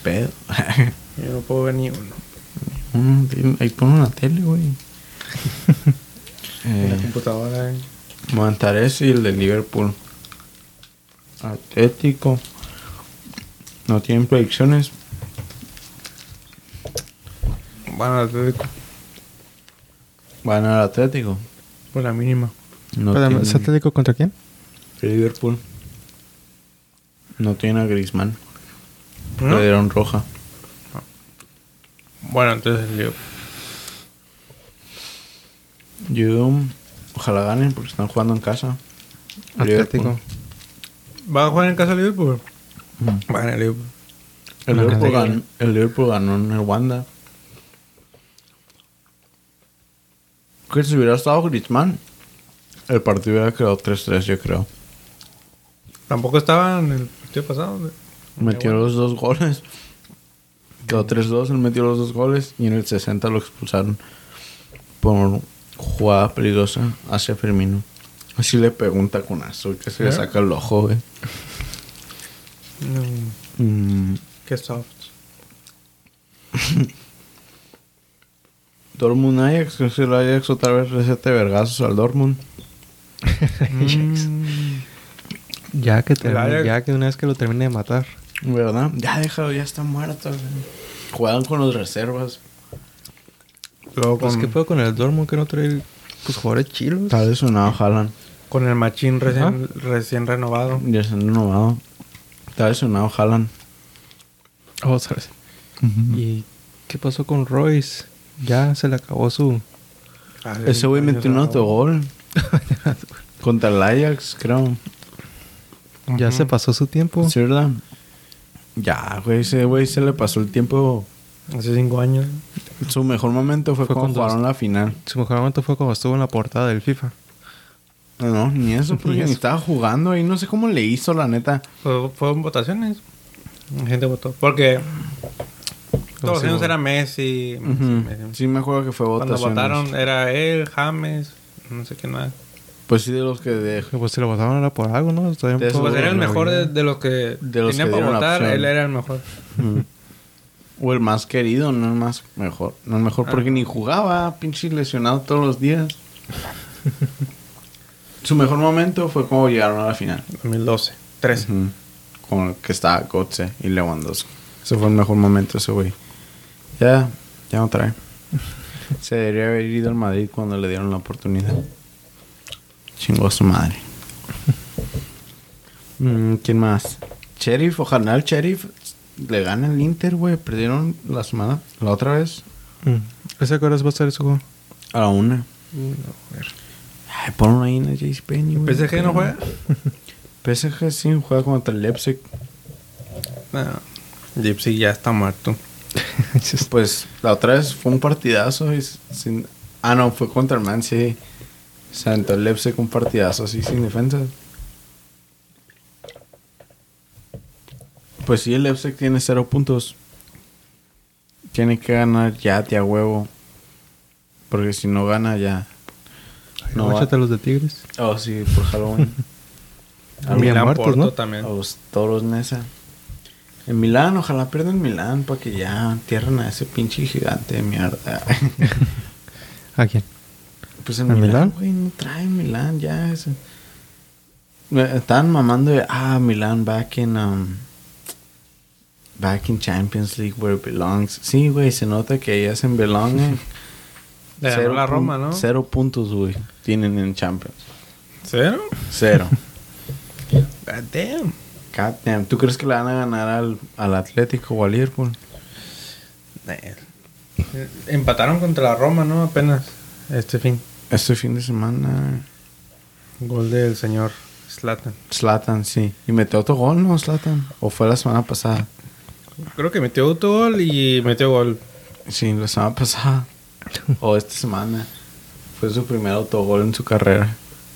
pedo. Yo no puedo ver ni uno. Mm, ahí pon una tele, güey. En la eh, computadora. Eh. Montares y el de Liverpool. Atlético. No tienen predicciones. Bueno, Atlético. Van al Atlético. Por la mínima. No Espérame, ¿es tienen- Atlético contra quién? Liverpool. No tiene a Griezmann. ¿No? Le dieron roja. Bueno, entonces el lío. Yo... Ojalá ganen porque están jugando en casa. Atlético. Liverpool. ¿Va a jugar en casa de Liverpool? Ujú. Va a ganar el Liverpool. El No, Liverpool, sí. ganó, el Liverpool ganó en el Wanda. Que si hubiera estado Griezmann, el partido hubiera quedado tres tres, yo creo. Tampoco estaba en el partido pasado. Metió los dos goles. Quedó tres dos, él metió los dos goles y en el sesenta lo expulsaron por jugada peligrosa hacia Firmino. Así le pegó un taconazo y que se le ¿Eh? saca el ojo, güey. Mm, Mm, qué soft. Dortmund Ajax, que si el Ajax otra vez recete vergazos al Dortmund. Mm, Ya que, termine- Ajax- ya que una vez que lo termine de matar. ¿Verdad? Ya déjalo, ya está muerto, güey. Juegan con los reservas. luego Pues, con, ¿qué fue con el Dortmund que no trae pues, jugadores chilos? Está lesionado Haaland. con el machín recién, recién renovado. Ya se han renovado. Está lesionado Haaland. Oh, ¿sabes? ¿Y qué pasó con Royce? Ya se le acabó su... Ese güey metió un autogol. Contra el Ajax, creo. Ya se pasó su tiempo. ¿Sí, verdad? Ya, güey. Ese güey se le pasó el tiempo. Hace cinco años. Su mejor momento fue, Fue cuando cuando- jugaron la final. Su mejor momento fue cuando estuvo en la portada del FIFA. No, no, ni eso, porque Ni ni eso. estaba jugando ahí. No sé cómo le hizo, la neta. Fue- Fueron votaciones. La gente votó. Porque todos los sí, años bueno. era Messi. Messi, Ujú. Messi. Sí, me acuerdo que fue Cuando votación. votaron era él, James, no sé qué más. Pues sí, de los que de, Pues si lo votaron era por algo, ¿no? Está bien De eso por Pues era el la mejor de, habilidad. de los que De los tenía que para dieron la votar. opción. Él era el mejor. Ujú. O el más querido, no el más mejor. No el mejor porque ni jugaba, pinche lesionado todos los días. Su mejor momento fue cuando llegaron a la final. dos mil doce, trece. Ujú. Con el que estaba Götze y Lewandowski. Ese fue el mejor momento ese güey. Ya, ya no trae. Se debería haber ido al Madrid cuando le dieron la oportunidad. Chingó a su madre. Mm, ¿Quién más? Sheriff, ojalá el Sheriff le gane al Inter, güey. Perdieron la semana, la otra vez. Mm. ¿Ese qué horas va a ser ese juego? A la una. Ay, ponlo ahí en el J C Penney, güey. ¿P S G no juega? P S G sí juega contra el Leipzig. No. Gypsy ya está muerto. Pues la otra vez fue un partidazo. Y sin... Ah, no, fue contra el Man City. Se aventó el Leipzig un partidazo así sin defensa. Pues sí, el Leipzig tiene cero puntos. Tiene que ganar ya, tía huevo. Porque si no gana ya. No va. Échate los de Tigres. Oh, sí, por Halloween. Ah, bien Milán, muertos, Porto ¿no? también. A los toros Nesa. En Milán, ojalá pierdan Milán para que ya entierren a ese pinche gigante de mierda. ¿A quién? Pues en ¿En Milán, Milán? güey, no trae Milán ya. Ese. Me estaban mamando de, ah, Milán back in, um, back in Champions League where it belongs. Sí, güey, se nota que ellas en belong. eh. Le ganó la pun- Roma, ¿no? Cero puntos, güey, tienen en Champions. ¿Cero? Cero. God damn. God damn. ¿Tú crees que le van a ganar al, al Atlético o al Liverpool? Eh, Empataron contra la Roma, ¿no? Apenas este fin. Este fin de semana. Gol del señor Zlatan. Zlatan, sí. ¿Y metió otro gol, no, Zlatan? ¿O fue la semana pasada? Creo que metió autogol y metió gol. Sí, la semana pasada. O esta semana. Fue su primer autogol en su carrera.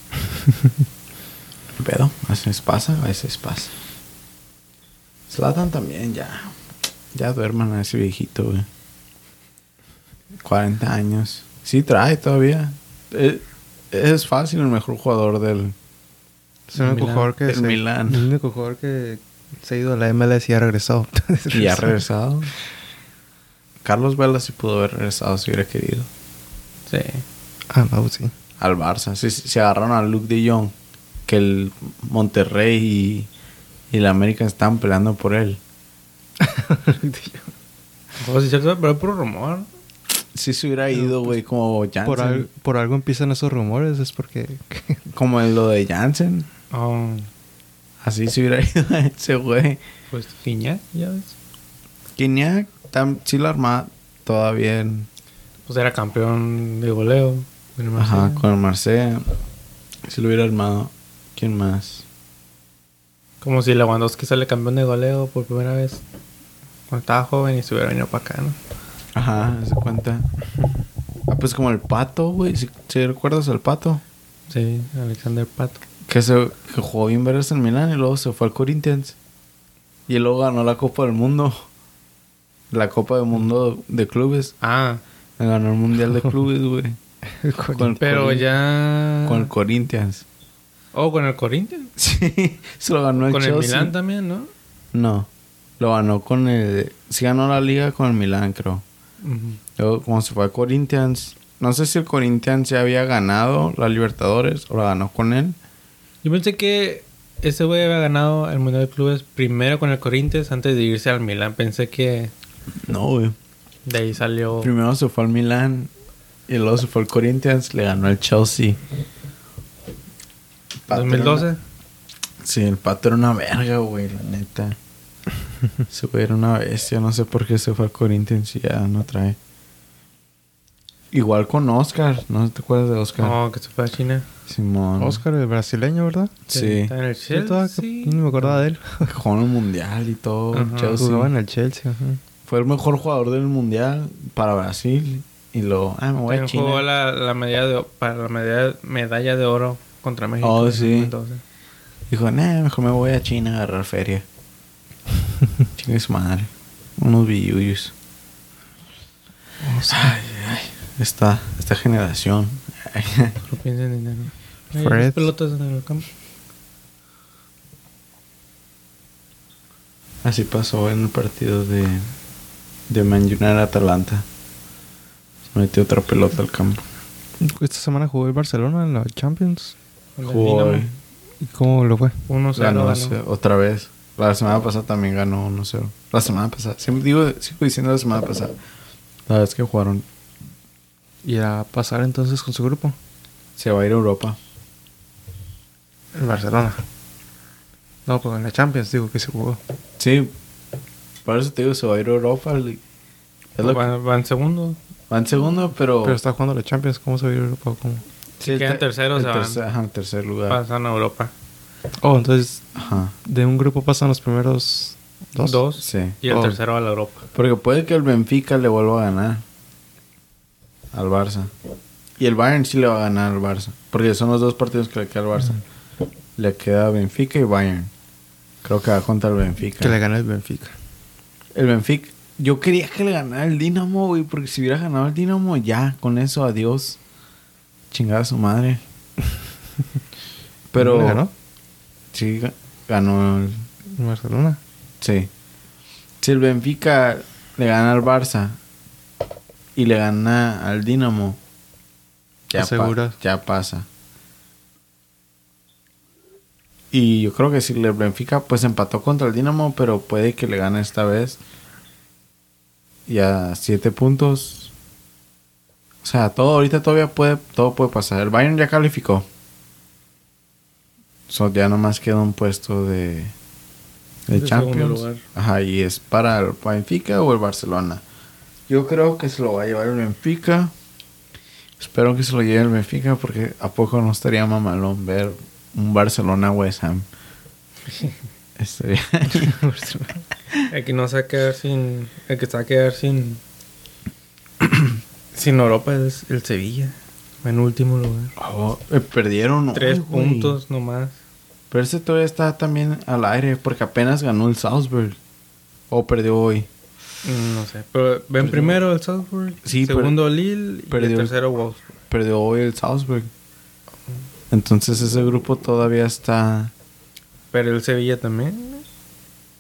¿Qué pedo? A veces pasa, a veces pasa. Zlatan también, ya. Ya duerman a ese viejito, güey. cuarenta años. Sí trae todavía. Eh, Es fácil el mejor jugador del... Es el único Milán. jugador que... Del se- Milán. El único jugador que Se ha ido a la M L S y ha regresado. Y ha regresado. Carlos Vela sí pudo haber regresado si hubiera querido. Sí. Ah, no, sí. Al Barça. Si se agarraron a Luke de Jong, que el Monterrey y, y el América estaban peleando por él. Oh, sí, cierto, pero es puro rumor. Si se hubiera ido, güey, como Jansen. Por, al- por algo empiezan esos rumores, es porque... Como en lo de Jansen. Oh, Así se hubiera ido ese güey. pues Guiñac, ya ves. Guiñac, tam- sí lo armaba todavía en... Pues era campeón de goleo. en el Ajá, Marsella. con el Marsella. Si lo hubiera armado. ¿Quién más? Como si Lewandowski sale campeón de goleo por primera vez. Cuando estaba joven y se hubiera venido para acá, ¿no? Ajá, se cuenta. Ah, pues como el Pato, güey. ¿Sí, sí recuerdas al Pato? Sí, Alexander Pato. Que, se, que jugó bien veras en Milán y luego se fue al Corinthians. Y luego ganó la Copa del Mundo. La Copa del Mundo de clubes. Ah, Ganó el Mundial de clubes, güey. Con el pero Corin- ya... Con el Corinthians. Oh, con el Corinthians. Sí, se lo ganó el Con el Chelsea. Milán también, ¿no? No, lo ganó con el... Sí ganó la liga con el Milán, creo. Ujú. Luego, como se fue a Corinthians... No sé si el Corinthians ya había ganado la Libertadores o la ganó con él. Yo pensé que ese güey había ganado el Mundial de Clubes primero con el Corinthians antes de irse al Milán. Pensé que No, güey. de ahí salió... Primero se fue al Milán y luego se fue al Corinthians. Le ganó el Chelsea. Pato ¿dos mil doce? era una- Sí, el Pato era una verga, güey, la neta. Ese güey era una bestia. No sé por qué se fue al Corinthians y ya no trae. Igual con Oscar. ¿No te acuerdas de Oscar? No, que se fue a China. Simón. Oscar, el brasileño, ¿verdad? Sí. Está en el Sí, toda- Chelsea. no me acordaba de él. Jugó en el Mundial y todo. Ajá. Chelsea. Jugaba en el Chelsea. Ajá. Fue el mejor jugador del Mundial para Brasil. Y luego, ah, me voy a También China. jugó la, la medalla de, para la medalla, medalla de oro contra México. Oh, en sí. dos mil doce. Dijo, nah, mejor me voy a China a agarrar feria. Chingue su madre. Unos billuyos. Ay, ay. Esta, esta generación. No piensen en dinero. Hay Fred. dos pelotas en el campo. Así pasó en el partido de, de Man United Atalanta. Se metió otra pelota al campo. Esta semana jugó el Barcelona en la Champions. Con el Jugó Dinamo. hoy. ¿Y cómo lo fue? uno cero Ganó ganó. ese- otra vez. La semana pasada también ganó uno cero. La semana pasada. Siempre digo, sigo diciendo la semana pasada. La vez que jugaron. ¿Y a pasar entonces con su grupo? Se va a ir a Europa. El Barcelona. No, pues en la Champions digo que se jugó. Sí. Por eso te digo, se va a ir a Europa. Es lo que- Va, va en segundo. va en segundo, pero... Pero está jugando la Champions, ¿cómo se va a ir a Europa? ¿Cómo? Si quedan terceros, el se van. tercer, ajá, en tercer lugar. Pasan a Europa. Oh, entonces Ajá. de un grupo pasan los primeros dos. Dos. Sí. Y el Oh. tercero a la Europa. Porque puede que el Benfica le vuelva a ganar al Barça. Y el Bayern sí le va a ganar al Barça. Porque son los dos partidos que le queda al Barça. Le queda Benfica y Bayern. Creo que va contra el Benfica. Que le gana el Benfica. El Benfica. Yo quería que le ganara el Dinamo, güey. Porque si hubiera ganado el Dinamo, ya, con eso, adiós. Chingada su madre. Pero... ¿Le ganó? Sí, ga- ganó el... En Barcelona. Sí. Si el Benfica le gana al Barça y le gana al Dinamo, ya, pa- Aseguras. ya pasa. Y yo creo que si el Benfica pues empató contra el Dinamo, pero puede que le gane esta vez. Y a siete puntos. O sea, todo ahorita todavía puede, todo puede pasar. El Bayern ya calificó. So, ya nomás queda un puesto de, de De Champions. segundo lugar. Ajá, y es para el Benfica o el Barcelona. Yo creo que se lo va a llevar el Benfica. Espero que se lo lleve el Benfica porque a poco no estaría mamalón ver un Barcelona West Ham. Estaría... El que no se va a quedar sin... El que se va a quedar sin... sin Europa es el Sevilla. Va en último lugar. Oh, eh, perdieron hoy, Tres güey. puntos nomás. Pero ese todavía está también al aire porque apenas ganó el Salzburg. O perdió hoy. Mm, No sé. Pero ven primero el Salzburg. Sí, segundo Lille. Y perdió el el- tercero Wolfsburg. Perdió hoy el Salzburg. Entonces ese grupo todavía está... Pero el Sevilla también.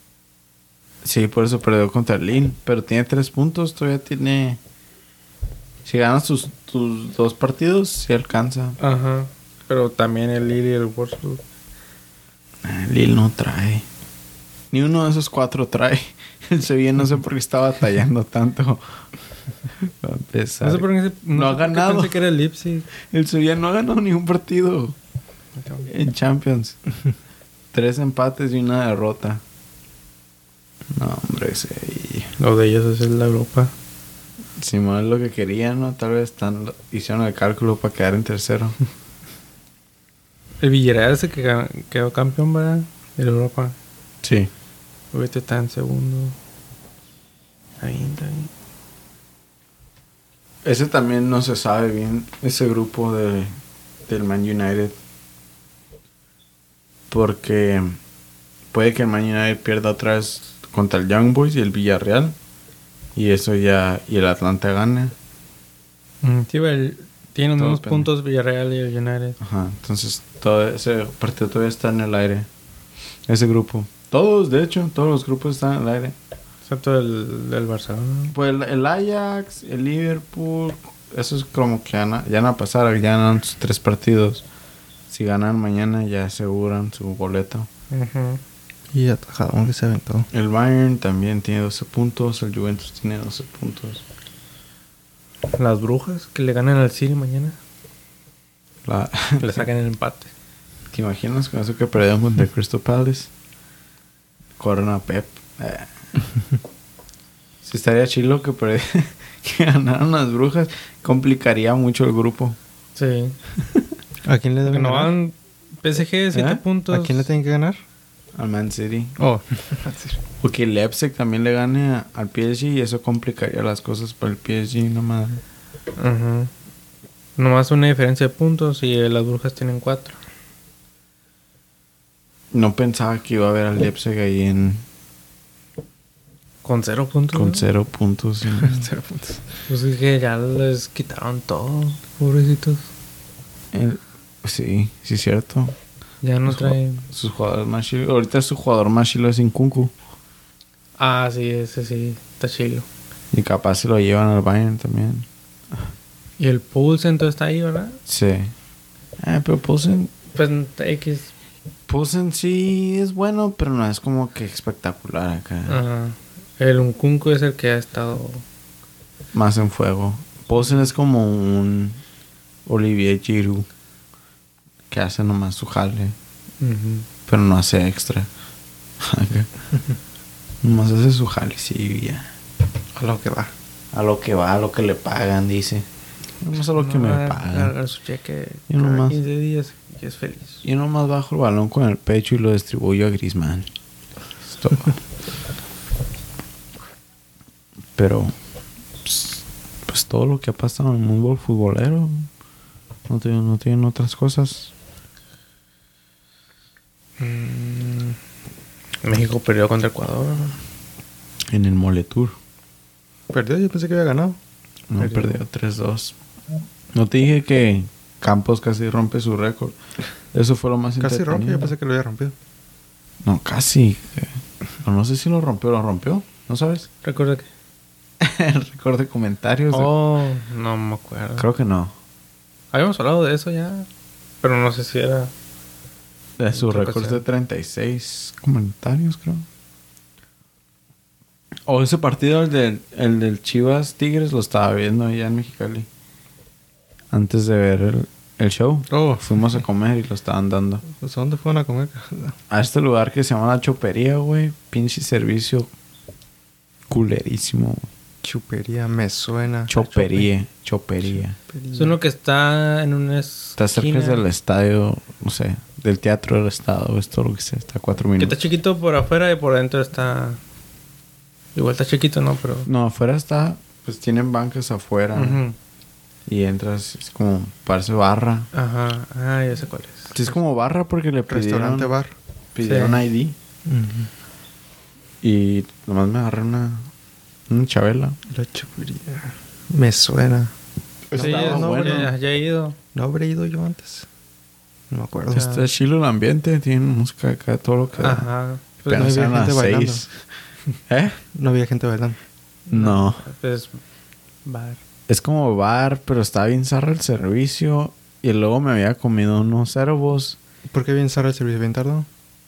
Sí, por eso perdió contra el Lille. Pero tiene tres puntos. Todavía tiene... Si ganas tus, tus dos partidos, sí alcanza. Ajá. Pero también el Lille y el Wolfsburg. El Lille no trae. Ni uno de esos cuatro trae. El Sevilla no sé por qué está batallando tanto. A pesar. No sé por qué, se- No ha sé por qué ganado. pensé que era el Leipzig. El Sevilla no ha ganado ni un partido en Champions. Tres empates y una derrota. No, hombre, Sevilla. Lo de ellos es la Europa. Simón es lo que querían, ¿no? Tal vez están, hicieron el cálculo para quedar en tercero. El Villarreal ese que ga- quedó campeón, ¿verdad? De la Europa. Sí. Ahorita está en segundo. Ahí, está ahí. Ese también no se sabe bien, ese grupo de, del Man United. Porque puede que el Man United pierda otra vez contra el Young Boys y el Villarreal. Y eso ya... Y el Atlanta gane. Mm, sí, el, tienen Todo unos depende. puntos Villarreal y el United. Ajá. Entonces, todo ese partido todavía está en el aire. Ese grupo. Todos, de hecho, todos los grupos están en el aire. Excepto el del Barcelona. Pues el, el Ajax, el Liverpool, eso es como que ya van a, ya van a pasar, ya ganan sus tres partidos. Si ganan mañana ya aseguran su boleto. Ujú. Y atajadón que se aventó. El Bayern también tiene doce puntos, el Juventus tiene doce puntos. Las brujas que le ganan al City mañana. La, Le sacan el empate. ¿Te imaginas con eso que perdieron contra el Crystal Palace? Corren a Pep. Eh. Si estaría chilo que, perdi- que ganaran las brujas, complicaría mucho el grupo. Sí. ¿A quién le Que deben no ganar? van P S G siete ¿Eh? puntos. ¿A quién le tienen que ganar? Al Man City. Oh. O que el Leipzig también le gane a- al P S G y eso complicaría las cosas para el P S G, no más. Ajá. Nomás una diferencia de puntos y eh, las brujas tienen cuatro. No pensaba que iba a haber al Leipzig ahí en, Con cero puntos. con ¿no? cero puntos. y- Cero puntos. Pues es que ya les quitaron todo, pobrecitos. el- sí, sí es cierto. Ya no Sus traen. ju- Sus jugadores más chilos. Ahorita su jugador más chilo es Nkunku. Ah, sí, ese sí, está chilo. Y capaz se lo llevan al Bayern también. Y el Pulse entonces está ahí, ¿verdad? Sí. Ah, pero Poulsen... Pues X. Poulsen sí es bueno, pero no es como que espectacular acá. Ajá. El Nkunku es el que ha estado. Más en fuego. Poulsen es como un Olivier Giroud. Que hace nomás su jale. Ujú. Pero no hace extra. Nomás hace su jale, sí, ya. A lo que va. A lo que va, a lo que le pagan, dice. Nomás a lo que me No, a- pagan. a- a su cheque Yo cada nomás. quince días y es feliz. Yo nomás bajo el balón con el pecho y lo distribuyo a Griezmann. Es todo. Pero... Pues, pues todo lo que ha pasado en el mundo futbolero... No tienen, no tienen otras cosas. Mm. México perdió contra Ecuador. En el Moletour. Perdió, yo pensé que había ganado. No, Perdió. perdió tres dos. No te dije que Campos casi rompe su récord. Eso fue lo más Casi rompe, entretenido. yo pensé que lo había rompido. No, casi. eh. No, no sé si lo rompió o lo rompió. ¿No sabes? Recuerda que. El récord de comentarios. Oh, no me acuerdo. Creo que no. Habíamos hablado de eso ya. Pero no sé si era. De su otra récord ocasión. de treinta y seis comentarios, creo. O ese partido, el del, el del Chivas Tigres, lo estaba viendo allá en Mexicali. Antes de ver el, el show. Oh, Fuimos a comer y lo estaban dando. pues ¿a dónde fueron a comer? A este lugar que se llama La Chopería, güey. Pinche servicio culerísimo. Chupería, me suena. Chopería. Chopería. Es uno que está en una. Está cerca del estadio, no sé, del teatro del estado. Es todo lo que sé. Está a cuatro Que minutos. está chiquito por afuera y por dentro está. Igual está chiquito, ¿no? Pero. No, afuera está, pues tienen bancas afuera. Ujú. Y entras, es como, parece barra. Ajá. Ah, ya sé cuál es. Sí, es como barra porque le pidieron, Restaurante bar. pidieron Sí. I D. Y nomás me agarré una, una chabela. La chupería. Me suena. Sí, Estaba no, bueno. ya, ya he ido. ¿No habré ido yo antes? No me acuerdo. Está chilo el ambiente, tienen música acá, todo lo que da. Ajá. Pues Apenas no había eran las gente bailando. seis. ¿Eh? No había gente bailando. No. Pues, bar. Es como bar, pero estaba bien zarra el servicio. Y luego me había comido unos cerbos. ¿Por qué bien cerrado el servicio? ¿Bien tardado?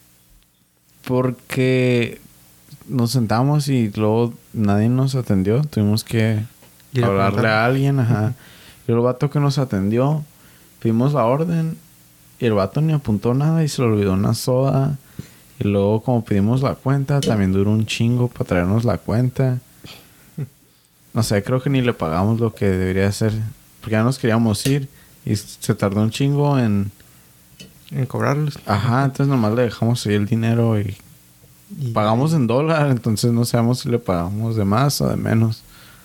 Porque nos sentamos y luego nadie nos atendió. Tuvimos que Ir a hablarle preguntar. a alguien. Ajá. Y el vato que nos atendió, pedimos la orden. Y el vato ni apuntó nada y se le olvidó una soda. Y luego como pedimos la cuenta, también duró un chingo para traernos la cuenta. No sé, creo que ni le pagamos lo que debería ser. Porque ya nos queríamos ir. Y se tardó un chingo en... En cobrarlos. Ajá, entonces nomás le dejamos ahí el dinero y... Y- Pagamos en dólar, entonces no sabemos si le pagamos de más o de menos.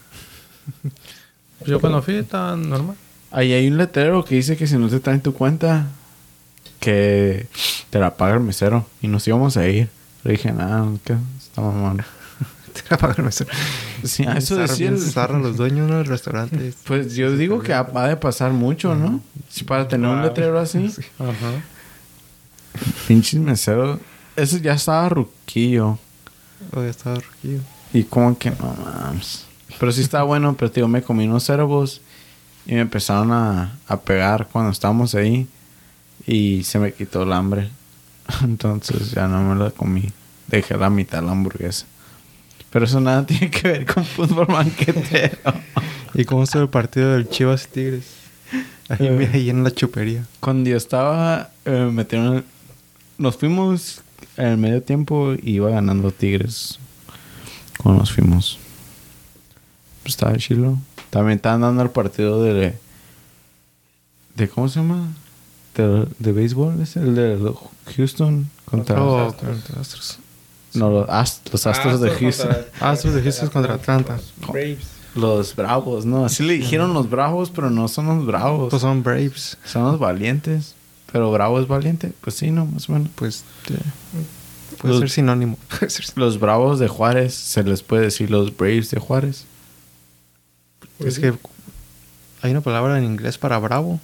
Yo cuando fui estaba normal. Ahí hay un letrero que dice que si no te traen tu cuenta, que te la paga el mesero. Y nos íbamos a ir. Le dije, nada, ¿qué? Está mamón. Te la paga el mesero. Sí, a eso Zarra, decía bien el- zarra los dueños, ¿no? Del restaurante. Pues yo digo que ha, ha de pasar mucho, ¿no? Si para tener un Wow. letrero así. Ajá. Pinches meseros. Eso ya estaba ruquillo. O ya estaba rojillo. Y como que no mames. Pero sí estaba bueno, pero tío, me comí unos cerbos y me empezaron a, a pegar cuando estábamos ahí y se me quitó el hambre. Entonces ya no me la comí. Dejé la mitad de la hamburguesa. Pero eso nada tiene que ver con fútbol banquetero. ¿Y cómo estuvo el partido del Chivas y Tigres? Ahí, Eh. ahí en la chupería. Cuando yo estaba, eh, metieron... Nos fuimos en el medio tiempo y iba ganando Tigres. Cuando nos fuimos. Pues estaba chilo. También estaban dando el partido de... de ¿Cómo se llama? De, de béisbol. ¿Es el de los Houston contra... Oh, Astros. contra Astros. No, los, Ast- los Astros de Houston. Astros de Houston contra Atlanta. Braves. Los Bravos, ¿no? Así le dijeron los Bravos, pero no son los Bravos. Pues son Braves. Son los valientes. Pero Bravo es valiente. Pues sí, ¿no? Más o menos. Pues eh, puede Los- ser sinónimo. Puede ser sin- Los Bravos de Juárez. Se les puede decir los Braves de Juárez. Es que hay una palabra en inglés para bravo.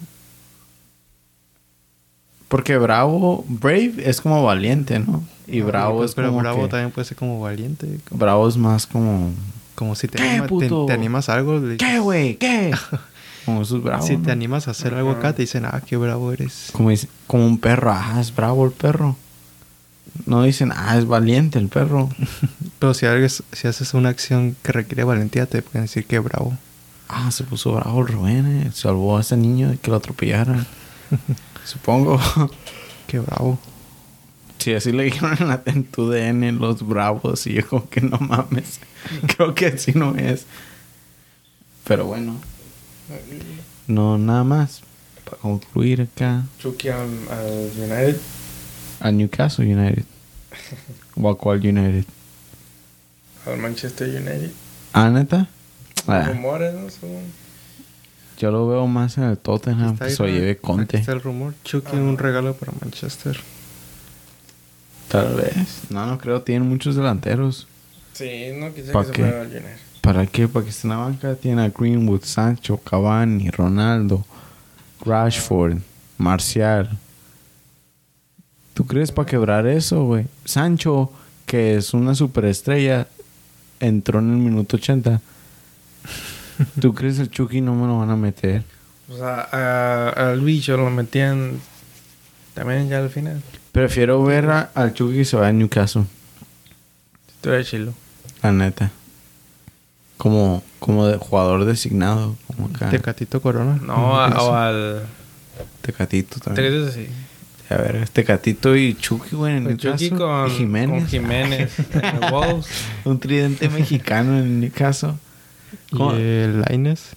Porque Bravo... Brave es como valiente, ¿no? Y Bravo pues, es pero como bravo que- también puede ser como valiente. Como, Bravo es más como... como si te, ¿Qué, anima- te, puto? te animas a algo. le- ¿Qué, güey? ¿Qué? Como esos bravos, si ¿no? te animas a hacer algo acá, te dicen, ah, qué bravo eres. Como, dice- como un perro. Ah, es bravo el perro. No dicen, ah, es valiente el perro. Pero si, haces, si haces una acción que requiere valentía, te pueden decir que bravo. Ah, se puso bravo el Rubén. eh. Salvó a ese niño de que lo atropellaran. Supongo. Qué bravo. Sí, así le dijeron en, la, en tu D N los bravos. Y yo como que no mames. Creo que así no es. Pero bueno. No, nada más. Para concluir acá. Chucky al, al United. A Newcastle United. ¿O a cuál United? Al Manchester United. ¿Ah, neta? Ah, Rumores, ¿no? Según. yo lo veo más en el Tottenham. Está ahí, Pues o ¿no? lleve Aquí Conte. está el rumor. Chucky un regalo para Manchester. Tal vez. No, no creo. Tienen muchos delanteros. Sí, no quise ¿Pa que qué? se fuera al United. ¿Para qué? Para que esté en la banca. Tiene a Greenwood, Sancho, Cavani, Ronaldo, Rashford, Marcial. ¿Tú crees para quebrar eso, güey? Sancho, que es una superestrella, entró en el minuto ochenta. ¿Tú crees el Chucky no me lo van a meter? O sea, a- al bicho lo metían también ya al final. Prefiero ver a- al Chucky que se vaya a Newcastle. Estuvo chilo. La neta. Como, como de jugador designado. Como acá. Tecatito Corona. No, a- o al... Tecatito Te también. crees así. A ver, este Tecatito y Chucky, güey, en El Chucky Newcastle. con Y Jiménez. Con Jiménez. en el Wolves. Un tridente mexicano en Newcastle. ¿Cómo? Y el Lainez.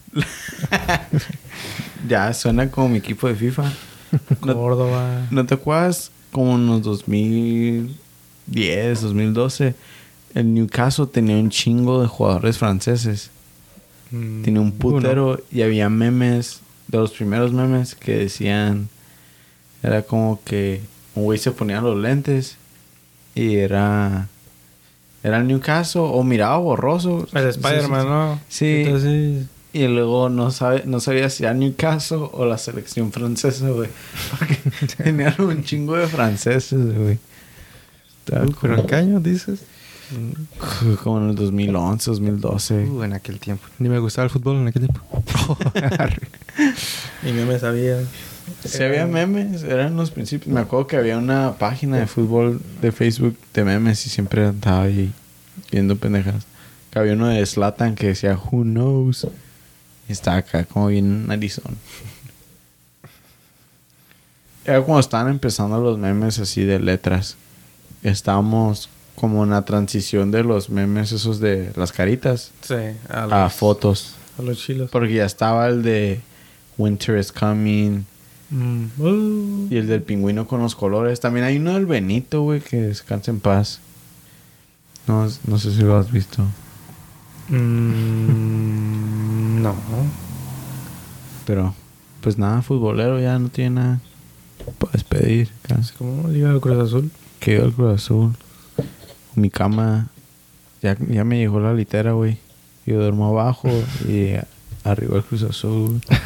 Ya suena como mi equipo de FIFA. ¿No, Córdoba. ¿no te acuerdas? Como en los dos mil diez, dos mil doce, el Newcastle tenía un chingo de jugadores franceses. Mm, Tenía un putero y había memes, de los primeros memes que decían, era como que un güey se ponía los lentes y era, era el Newcastle o miraba borroso. El Spider-Man, ¿no? Sí. Entonces, Y luego no sabe, no sabía si era Newcastle o la selección francesa, güey. Porque tenían un chingo de franceses, güey. Estaba Uh, ¿Pero en como- qué año dices? Como en el dos mil once, dos mil doce. Uh, en aquel tiempo. Ni me gustaba el fútbol en aquel tiempo. Y no me sabía. Sí había memes, eran los principios. Me acuerdo que había una página de fútbol de Facebook de memes y siempre andaba ahí viendo pendejas. Que había uno de Zlatan que decía Who knows. Y estaba acá como bien narizón. Era cuando estaban empezando los memes así de letras. Estábamos como en la transición de los memes esos de las caritas Sí, a, a los, fotos. a los chilos. Porque ya estaba el de Winter is Coming. Mm. Uh. Y el del pingüino con los colores. También hay uno del Benito, güey, que descansa en paz. No, no sé si lo has visto. Mm, no. Pero, pues nada, futbolero ya no tiene nada para despedir. Acá. Es como Liga de Cruz Azul. Quedó el Cruz Azul. Mi cama, ya, ya me llegó la litera, güey. Yo duermo abajo y arriba el Cruz Azul.